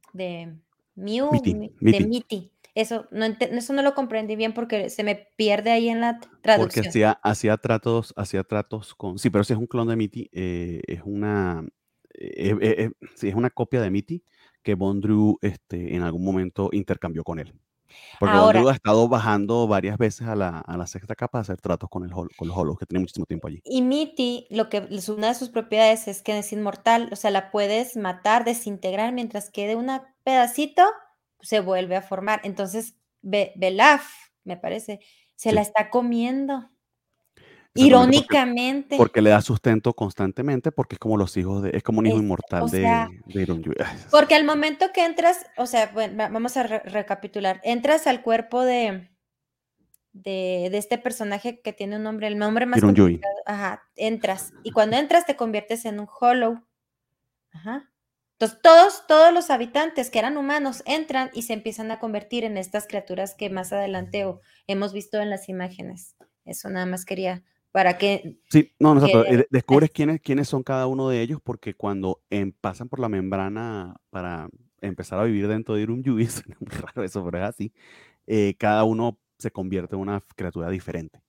Mitty. Eso no lo comprendí bien porque se me pierde ahí en la traducción. Porque hacía tratos con... Sí, pero si es un clon de Mitty, es una copia de Mitty que Bondrew en algún momento intercambió con él. Porque Bondrew ha estado bajando varias veces a la sexta capa a hacer tratos con los Hollows, que tiene muchísimo tiempo allí. Y Mitty, una de sus propiedades es que es inmortal, o sea, la puedes matar, desintegrar, mientras quede un pedacito, se vuelve a formar. Entonces, Belaf, me parece, la está comiendo. Irónicamente. Porque le da sustento constantemente, porque es como los hijos es como un hijo inmortal de Irun Yui. Porque al momento que entras, o sea, bueno, vamos a recapitular, entras al cuerpo de este personaje que tiene un nombre, el nombre más Irun Yui. Ajá, entras. Y cuando entras te conviertes en un Hollow. Ajá. Entonces todos los habitantes que eran humanos entran y se empiezan a convertir en estas criaturas que más adelante hemos visto en las imágenes. Eso nada más quería para que... Sí, descubres quiénes son cada uno de ellos porque cuando pasan por la membrana para empezar a vivir dentro de Irun Yui, es muy raro eso, pero es así, cada uno se convierte en una criatura diferente.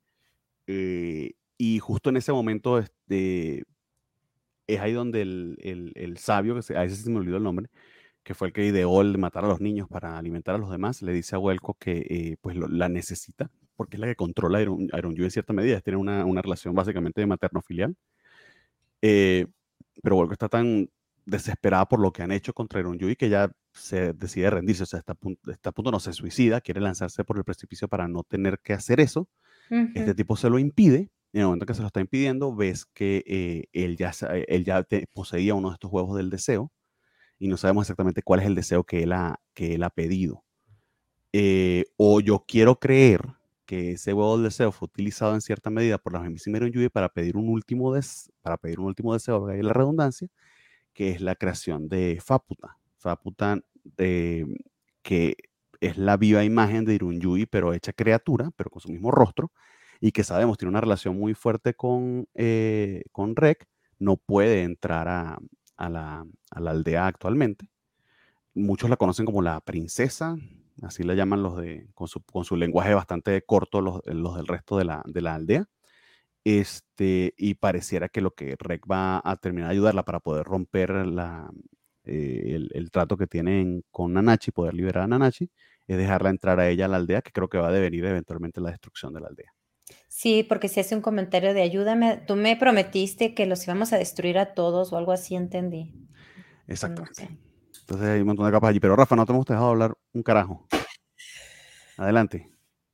Y justo en ese momento es ahí donde el sabio, a ese sí me olvidó el nombre, que fue el que ideó el matar a los niños para alimentar a los demás, le dice a Huelco que pues la necesita, porque es la que controla a Irun Yui en cierta medida, tiene una relación básicamente de materno-filial. Pero Huelco está tan desesperada por lo que han hecho contra Irun Yui que ya se decide rendirse, o sea, está a punto, no se suicida, quiere lanzarse por el precipicio para no tener que hacer eso. Este tipo se lo impide. En el momento que se lo está impidiendo, ves que él ya poseía uno de estos huevos del deseo y no sabemos exactamente cuál es el deseo que él ha pedido. O yo quiero creer que ese huevo del deseo fue utilizado en cierta medida por la mismísima Irun Yui para pedir un último deseo, valga la redundancia, que es la creación de Faputa. Faputa, que es la viva imagen de Irun Yui, pero hecha criatura, pero con su mismo rostro, y que sabemos tiene una relación muy fuerte con Rek, no puede entrar a la aldea actualmente. Muchos la conocen como la princesa, así la llaman con su lenguaje bastante corto los del resto de la aldea. Y pareciera que lo que Rek va a terminar de ayudarla para poder romper el trato que tienen con Nanachi, poder liberar a Nanachi, es dejarla entrar a ella a la aldea, que creo que va a devenir eventualmente la destrucción de la aldea. Sí, porque si hace un comentario de ayúdame, tú me prometiste que los íbamos a destruir a todos o algo así, entendí. Exactamente. No sé. Entonces hay un montón de capas allí. Pero Rafa, no te hemos dejado hablar un carajo. Adelante.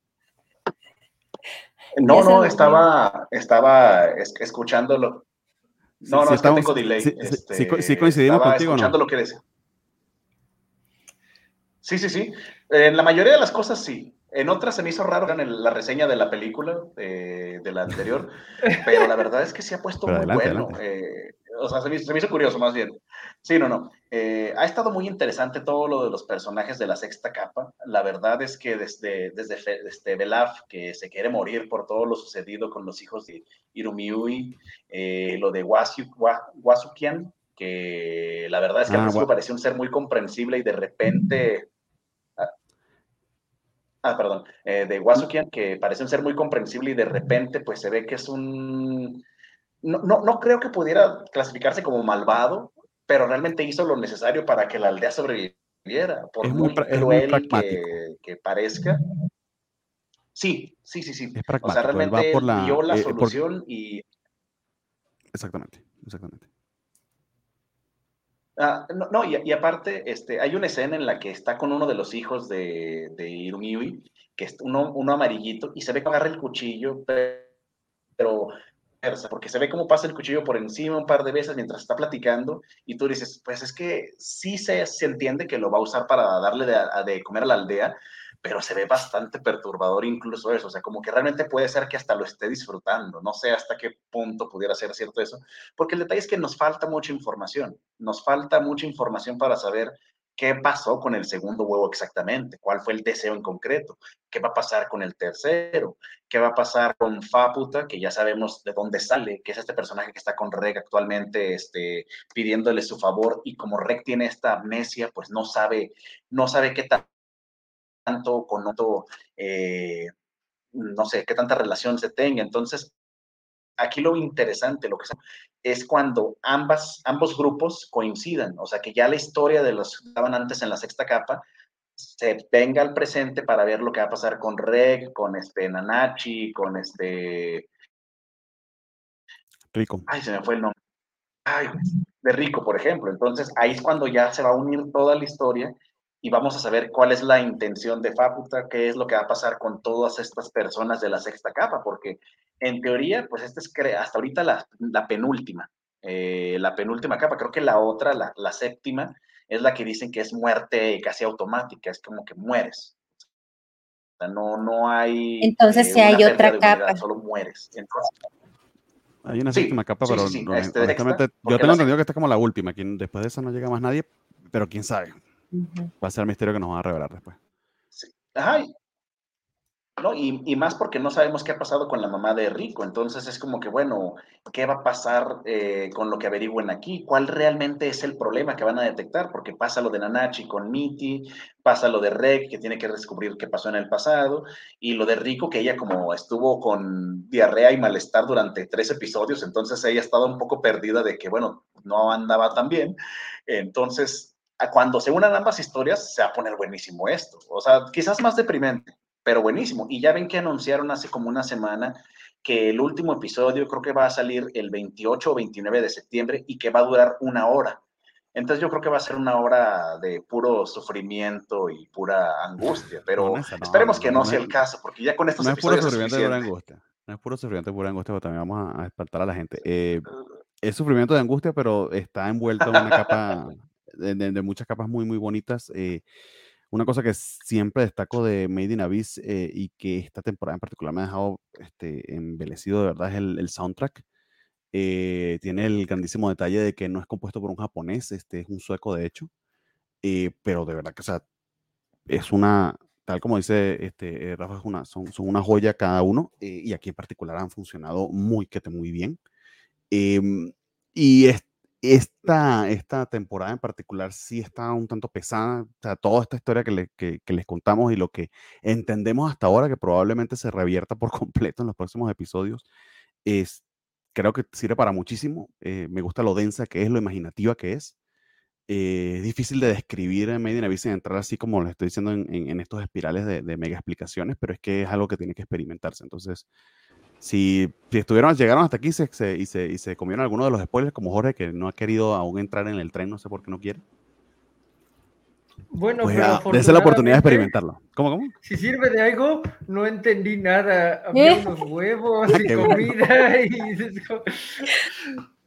No, estaba escuchándolo. No, es que tengo delay. Sí coincidimos contigo, escuchando ¿no? lo que eres. Sí. En la mayoría de las cosas sí. En otras se me hizo raro en la reseña de la película, de la anterior, pero la verdad es que se ha puesto Pero muy bueno. O sea, se me hizo curioso más bien. Sí, no. Ha estado muy interesante todo lo de los personajes de la sexta capa. La verdad es que desde Belaf, que se quiere morir por todo lo sucedido con los hijos de Irumiui, lo de Wasukian, que la verdad es que al principio parecía un ser muy comprensible y de repente... perdón, de Wasukian, que parece un ser muy comprensible y de repente pues se ve que es un... No creo que pudiera clasificarse como malvado, pero realmente hizo lo necesario para que la aldea sobreviviera, por muy cruel que parezca. Sí. Es pragmático. O sea, realmente él vio la solución y... Exactamente. Y aparte, hay una escena en la que está con uno de los hijos de Irumiui, que es uno amarillito, y se ve que agarra el cuchillo, pero porque se ve cómo pasa el cuchillo por encima un par de veces mientras está platicando, y tú dices, pues es que sí se entiende que lo va a usar para darle de comer a la aldea, pero se ve bastante perturbador incluso eso, o sea, como que realmente puede ser que hasta lo esté disfrutando, no sé hasta qué punto pudiera ser cierto eso, porque el detalle es que nos falta mucha información para saber qué pasó con el segundo huevo exactamente, cuál fue el deseo en concreto, qué va a pasar con el tercero, qué va a pasar con Faputa, que ya sabemos de dónde sale, que es este personaje que está con Reg actualmente, pidiéndole su favor, y como Reg tiene esta amnesia, pues no sabe qué tanto con otro, no sé, qué tanta relación se tenga. Entonces, aquí lo interesante, lo que es cuando ambos grupos coincidan, o sea, que ya la historia de los que estaban antes en la sexta capa se venga al presente para ver lo que va a pasar con Reg, con Nanachi, con Rico. Ay, se me fue el nombre. Ay, de Rico, por ejemplo. Entonces, ahí es cuando ya se va a unir toda la historia y vamos a saber cuál es la intención de Faputa, qué es lo que va a pasar con todas estas personas de la sexta capa, porque en teoría, pues esta es hasta ahorita la penúltima capa. Creo que la otra, la séptima, es la que dicen que es muerte casi automática, es como que mueres. O sea, no hay entonces si hay otra capa. solo mueres. Entonces, hay una séptima capa, pero honestamente, yo tengo entendido que esta es como la última. Después de esa no llega más nadie, pero quién sabe. Va a ser el misterio que nos van a revelar después. Sí. Ajá. ¿No? Y más porque no sabemos qué ha pasado con la mamá de Rico, entonces es como que, bueno, ¿qué va a pasar con lo que averigüen aquí? ¿Cuál realmente es el problema que van a detectar? Porque pasa lo de Nanachi con Mitty, pasa lo de Reg, que tiene que descubrir qué pasó en el pasado, y lo de Rico, que ella como estuvo con diarrea y malestar durante 3 episodios, entonces ella estaba un poco perdida de que, bueno, no andaba tan bien, entonces cuando se unan ambas historias se va a poner buenísimo esto, o sea, quizás más deprimente, pero buenísimo. Y ya ven que anunciaron hace como una semana que el último episodio creo que va a salir el 28 o 29 de septiembre y que va a durar 1 hora. Entonces yo creo que va a ser 1 hora de puro sufrimiento y pura angustia, pero esperemos que no sea el caso, porque ya con estos episodios es sufrimiento de pura angustia. No es puro sufrimiento de pura angustia, pero también vamos a espantar a la gente. Es sufrimiento de angustia, pero está envuelto en una capa de muchas capas muy, muy bonitas. Una cosa que siempre destaco de Made in Abyss y que esta temporada en particular me ha dejado embelecido de verdad es el soundtrack. Tiene el grandísimo detalle de que no es compuesto por un japonés, es un sueco de hecho, pero de verdad que, o sea, es una, tal como dice Rafa, son una joya cada uno, y aquí en particular han funcionado muy bien. Y esta temporada en particular sí está un tanto pesada, o sea, toda esta historia que les contamos y lo que entendemos hasta ahora, que probablemente se revierta por completo en los próximos episodios, creo que sirve para muchísimo. Me gusta lo densa que es, lo imaginativa que es. Es difícil de describir en Made in Abyss sin entrar así como les estoy diciendo en estos espirales de mega explicaciones, pero es que es algo que tiene que experimentarse. Entonces, si llegaron hasta aquí y se comieron alguno de los spoilers, como Jorge, que no ha querido aún entrar en el tren, no sé por qué no quiere. Bueno, pues, pero dése la oportunidad de experimentarlo. ¿Cómo? Si sirve de algo, no entendí nada. Había unos huevos y comida y...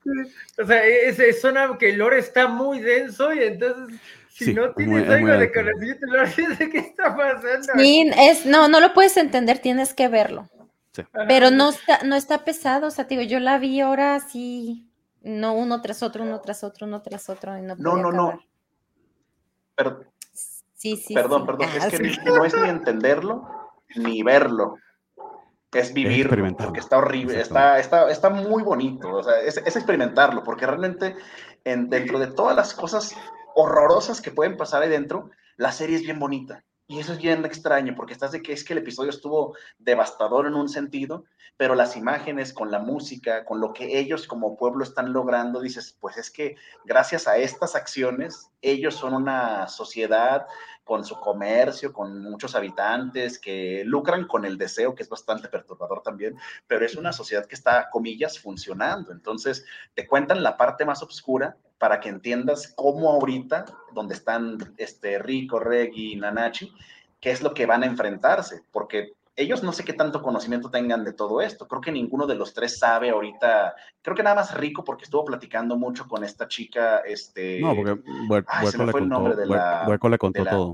O sea, suena que el lore está muy denso y entonces si Sí, no tienes es muy algo de denso. conocimiento, no sabes de qué está pasando. Sí, no lo puedes entender, tienes que verlo. Sí. Pero no está pesado, o sea, te digo, yo la vi ahora así, no uno tras otro, uno tras otro, uno tras otro, y no podía acabar. Pero, Sí. perdón, es que no es ni entenderlo ni verlo. Es vivirlo, porque está horrible, está muy bonito, o sea, es experimentarlo, porque realmente dentro de todas las cosas horrorosas que pueden pasar ahí dentro, la serie es bien bonita, y eso es bien extraño, porque estás de que es que el episodio estuvo devastador en un sentido, pero las imágenes, con la música, con lo que ellos como pueblo están logrando, dices, pues es que gracias a estas acciones, ellos son una sociedad con su comercio, con muchos habitantes que lucran con el deseo, que es bastante perturbador también, pero es una sociedad que está, comillas, funcionando. Entonces, te cuentan la parte más oscura para que entiendas cómo ahorita, donde están Rico, Reggie y Nanachi, qué es lo que van a enfrentarse, porque ellos no sé qué tanto conocimiento tengan de todo esto. Creo que ninguno de los tres sabe ahorita. Creo que nada más Rico, porque estuvo platicando mucho con esta chica. No, porque se me fue el nombre de la. Hueco le contó todo.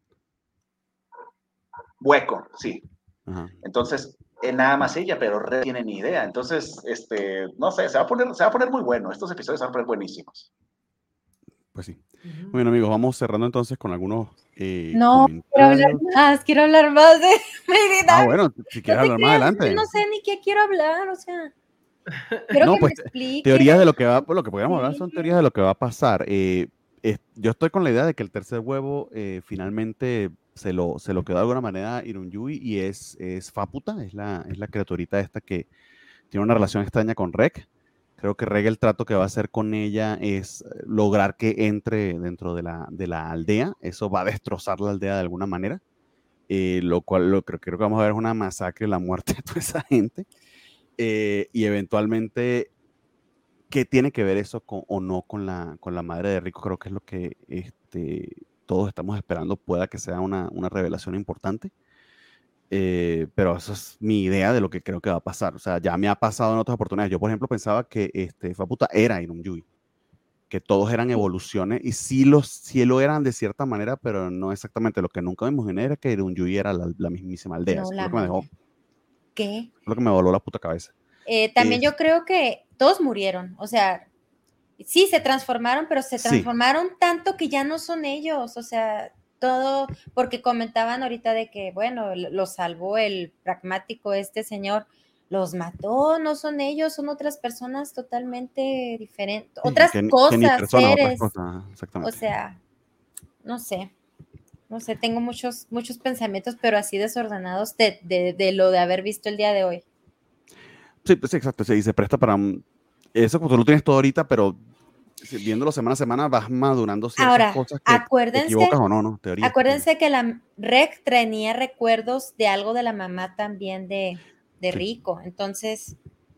Hueco, sí. Ajá. Entonces, nada más ella, pero no tiene ni idea. Entonces, no sé, se va a poner muy bueno. Estos episodios se van a poner buenísimos. Pues sí. Bueno, amigos, vamos cerrando entonces con algunos no, comentarios. quiero hablar más de Mérida. Bueno, si quieres hablar más adelante. Yo no sé ni qué quiero hablar, o sea. Quiero que me explique. Teorías de lo que va, pues lo que podríamos hablar son teorías de lo que va a pasar. Yo estoy con la idea de que el tercer huevo finalmente se lo quedó de alguna manera Irungyui y es Faputa, es la criaturita esta que tiene una relación extraña con Rek. Creo que Reg el trato que va a hacer con ella es lograr que entre dentro de la aldea. Eso va a destrozar la aldea de alguna manera. Lo cual creo que vamos a ver es una masacre, la muerte de toda esa gente. Y eventualmente, ¿qué tiene que ver eso o no con la madre de Rico? Creo que es lo que todos estamos esperando. Pueda que sea una revelación importante. Pero esa es mi idea de lo que creo que va a pasar. O sea, ya me ha pasado en otras oportunidades. Yo, por ejemplo, pensaba que Faputa era Irungyui, que todos eran evoluciones, y sí lo eran de cierta manera, pero no exactamente. Lo que nunca me imaginé era que Irungyui era la mismísima aldea. No, Eso fue lo que me dejó. ¿Qué? Lo que me voló la puta cabeza. También yo creo que todos murieron. O sea, sí, se transformaron, pero se transformaron tanto que ya no son ellos. O sea, todo, porque comentaban ahorita de que, bueno, los salvó el pragmático señor, los mató, no son ellos, son otras personas totalmente diferentes, otras cosas, seres. O sea, no sé, tengo muchos pensamientos, pero así desordenados de lo de haber visto el día de hoy. Sí, pues exacto, sí, se presta para eso, como tú lo tienes todo ahorita, pero viéndolo semana a semana vas madurando ciertas cosas que te equivocas o no, teoría. Acuérdense que la Rek tenía recuerdos de algo de la mamá también de Rico, entonces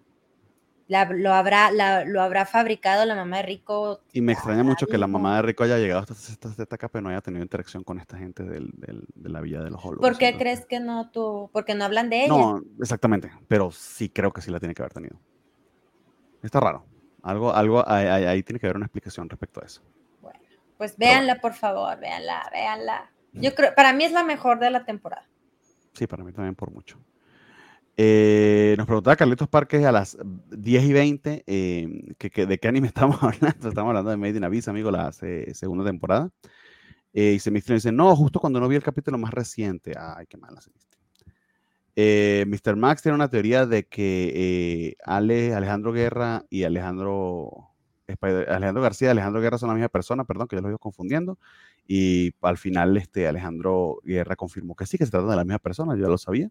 lo habrá fabricado la mamá de Rico. Y me extraña mucho que la mamá de Rico haya llegado hasta esta capa y no haya tenido interacción con esta gente de la Villa de los Hollows. ¿Por qué crees que no tú? Porque no hablan de ella. No, exactamente, pero sí creo que sí la tiene que haber tenido. Está raro. Algo ahí tiene que haber una explicación respecto a eso. Bueno, pues véanla, por favor, véanla. Yo creo, para mí es la mejor de la temporada. Sí, para mí también por mucho. Nos preguntaba Carlitos Parques a las 10:20 de qué anime estamos hablando. Estamos hablando de Made in Abyss, amigo, la segunda temporada. Y Semistro dice, no, justo cuando no vi el capítulo más reciente. Ay, qué mala Semistro. Mr. Max tiene una teoría de que Alejandro Guerra y Alejandro García y Alejandro Guerra son la misma persona, perdón, que yo los iba confundiendo. Y al final Alejandro Guerra confirmó que sí, que se trata de la misma persona, yo ya lo sabía.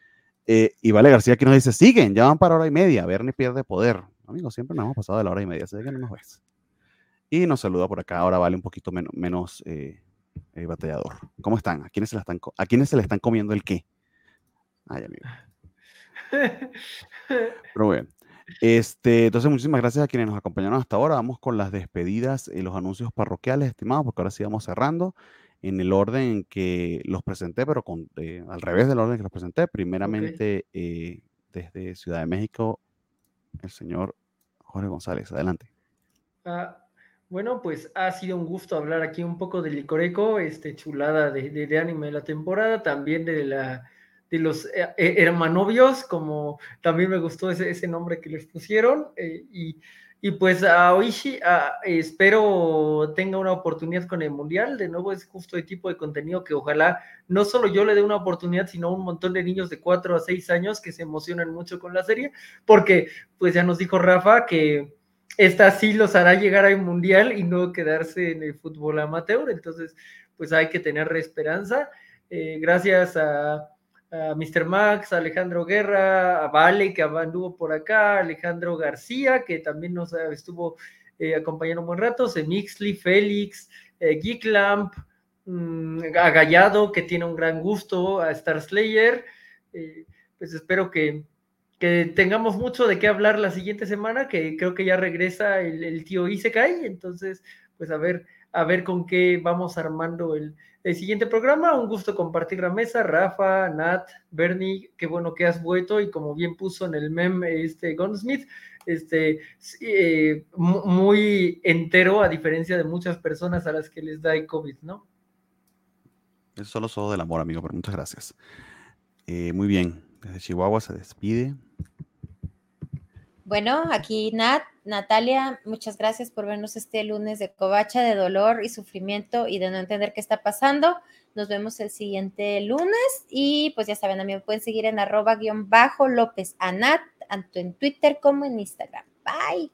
Y Vale García aquí nos dice, siguen, ya van para hora y media, Bernie pierde poder. Amigos, siempre nos hemos pasado de la hora y media, sé que no nos ves. Y nos saluda por acá, ahora Vale un poquito menos batallador. ¿Cómo están? ¿A quiénes se le están comiendo el qué? Ay, amigo. Pero bueno. Entonces, muchísimas gracias a quienes nos acompañaron hasta ahora. Vamos con las despedidas y los anuncios parroquiales, estimados, porque ahora sí vamos cerrando en el orden en que los presenté, pero al revés del orden que los presenté. Primeramente, desde Ciudad de México, el señor Jorge González, adelante. Bueno, pues ha sido un gusto hablar aquí un poco de Licoreco, chulada de anime de la temporada, también de los hermanovios, como también me gustó ese nombre que les pusieron, y pues a Oishi espero tenga una oportunidad con el Mundial. De nuevo, es justo el tipo de contenido que ojalá no solo yo le dé una oportunidad, sino un montón de niños de 4 a 6 años que se emocionan mucho con la serie, porque pues ya nos dijo Rafa que esta sí los hará llegar al Mundial y no quedarse en el fútbol amateur. Entonces, pues hay que tener esperanza. Gracias a Mr. Max, a Alejandro Guerra, a Vale, que anduvo por acá, a Alejandro García, que también nos estuvo acompañando un buen rato, Semixly, Félix, Geeklamp, a Gallado, que tiene un gran gusto, a Star Slayer. Pues espero que tengamos mucho de qué hablar la siguiente semana, que creo que ya regresa el tío Isekai. Entonces, pues a ver con qué vamos armando el siguiente programa. Un gusto compartir la mesa, Rafa, Nat, Bernie, qué bueno que has vuelto, y como bien puso en el meme Gunsmith, muy entero, a diferencia de muchas personas a las que les da el COVID, ¿no? Eso solo todo del amor, amigo, pero muchas gracias. Muy bien, desde Chihuahua se despide. Bueno, aquí Natalia, muchas gracias por vernos este lunes de covacha, de dolor y sufrimiento y de no entender qué está pasando. Nos vemos el siguiente lunes y pues ya saben, a mí me pueden seguir en @López a Nat, tanto en Twitter como en Instagram. Bye.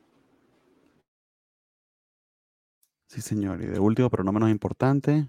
Sí, señor. Y de último, pero no menos importante.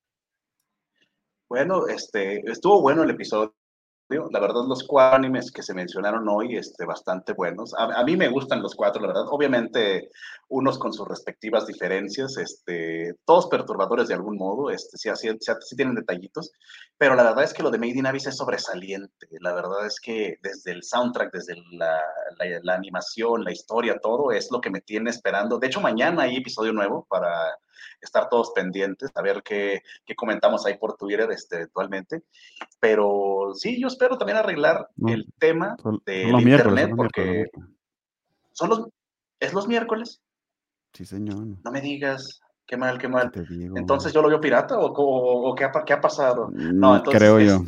Bueno, estuvo bueno el episodio. La verdad, los 4 animes que se mencionaron hoy, bastante buenos. A mí me gustan los 4, la verdad. Obviamente, unos con sus respectivas diferencias, todos perturbadores de algún modo, sí tienen detallitos, pero la verdad es que lo de Made in Abyss es sobresaliente. La verdad es que desde el soundtrack, desde la animación, la historia, todo es lo que me tiene esperando. De hecho, mañana hay episodio nuevo para estar todos pendientes, a ver qué comentamos ahí por Twitter eventualmente. Pero sí, yo espero también arreglar el tema del internet, porque ¿es los miércoles? Sí, señor. No me digas, qué mal, qué mal. ¿Qué te digo? Entonces yo lo veo pirata, o qué ha pasado. No, entonces creo yo.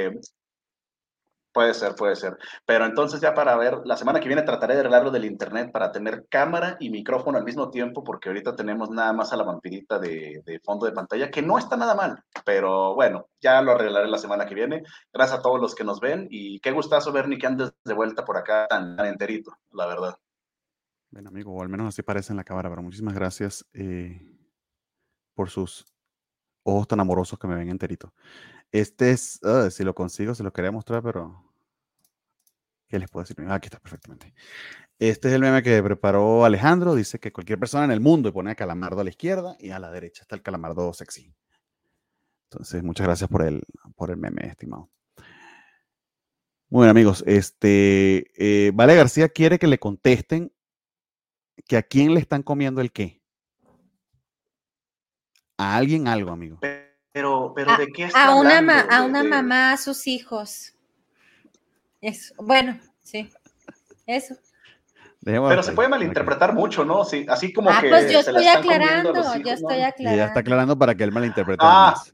Puede ser. Pero entonces ya para ver, la semana que viene trataré de arreglarlo del internet para tener cámara y micrófono al mismo tiempo, porque ahorita tenemos nada más a la vampirita de fondo de pantalla, que no está nada mal, pero bueno, ya lo arreglaré la semana que viene. Gracias a todos los que nos ven y qué gustazo, Bernie, que andes de vuelta por acá tan enterito, la verdad. Bueno, amigo, o al menos así parece en la cámara, pero muchísimas gracias por sus ojos tan amorosos que me ven enterito. Si lo consigo, se lo quería mostrar, pero ¿qué les puedo decir? Aquí está perfectamente. Este es el meme que preparó Alejandro. Dice que cualquier persona en el mundo, y pone a Calamardo a la izquierda y a la derecha está el Calamardo sexy. Entonces, muchas gracias por el meme, estimado. Muy bien, amigos. Vale García quiere que le contesten que a quién le están comiendo el qué. A alguien algo, amigo. Pero ¿de qué está hablando? A una mamá, a sus hijos. Eso. Bueno, sí. Eso. Pero se puede malinterpretar mucho, ¿no? Sí, así como que pues yo se la están comiendo a los hijos. Yo estoy aclarando. Y ella está aclarando para que él malinterprete más.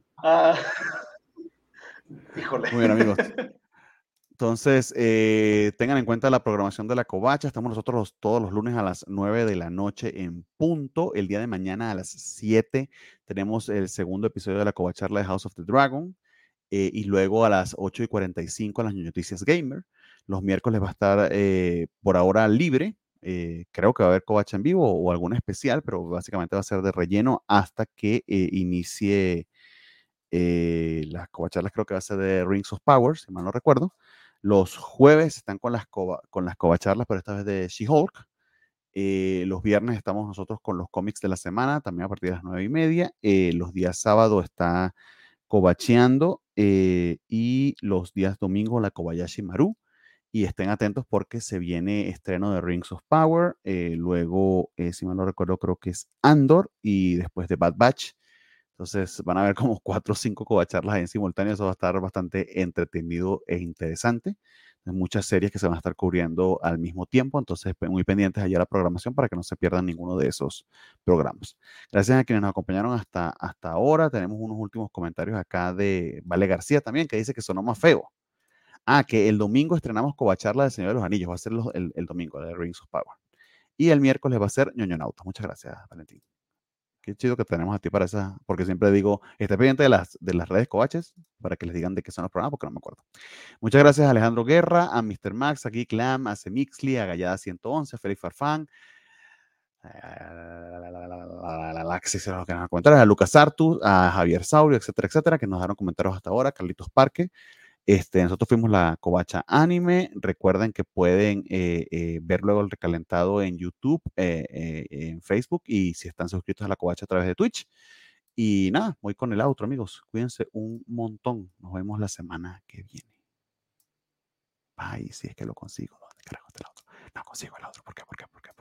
Híjole. Muy bien, amigos. Entonces, tengan en cuenta la programación de la Covacha. Estamos nosotros todos los lunes a las 9 de la noche en punto. El día de mañana a las 7 tenemos el segundo episodio de la Covacharla de House of the Dragon. Y luego a las 8:45 las noticias gamer. Los miércoles va a estar por ahora libre. Creo que va a haber Covacha en vivo o alguna especial, pero básicamente va a ser de relleno hasta que inicie las Covacharlas. Creo que va a ser de Rings of Power, si mal no recuerdo. Los jueves están con las Covacharlas, pero esta vez de She-Hulk. Los viernes estamos nosotros con los cómics de la semana, también a partir de las 9:30. Los días sábado está Covacheando y los días domingo la Kobayashi Maru. Y estén atentos porque se viene estreno de Rings of Power. Luego, si mal no recuerdo, creo que es Andor y después de Bad Batch. Entonces van a ver como 4 o 5 covacharlas en simultáneo. Eso va a estar bastante entretenido e interesante. Hay muchas series que se van a estar cubriendo al mismo tiempo, entonces muy pendientes allá a la programación para que no se pierdan ninguno de esos programas. Gracias a quienes nos acompañaron hasta ahora. Tenemos unos últimos comentarios acá de Vale García también, que dice que sonó más feo. Que el domingo estrenamos Covacharla del Señor de los Anillos, va a ser el domingo, de Rings of Power. Y el miércoles va a ser Ñoñonauta. Muchas gracias, Valentín. Qué chido que tenemos a ti para esa, porque siempre digo, esté pendiente de las redes Covaches para que les digan de qué son los programas, porque no me acuerdo. Muchas gracias a Alejandro Guerra, a Mr. Max, a Geek Lam, a Semixly, a Gallada 111, a Félix Farfán, a Lucas Artus, a Javier Saurio, etcétera, etcétera, que nos dieron comentarios hasta ahora, Carlitos Parque. Nosotros fuimos la Covacha Anime. Recuerden que pueden ver luego el recalentado en YouTube, en Facebook, y si están suscritos a la Covacha a través de Twitch. Y nada, voy con el outro, amigos. Cuídense un montón. Nos vemos la semana que viene. Ay, si es que lo consigo. ¿Dónde carajo está el outro? No consigo el outro. ¿Por qué?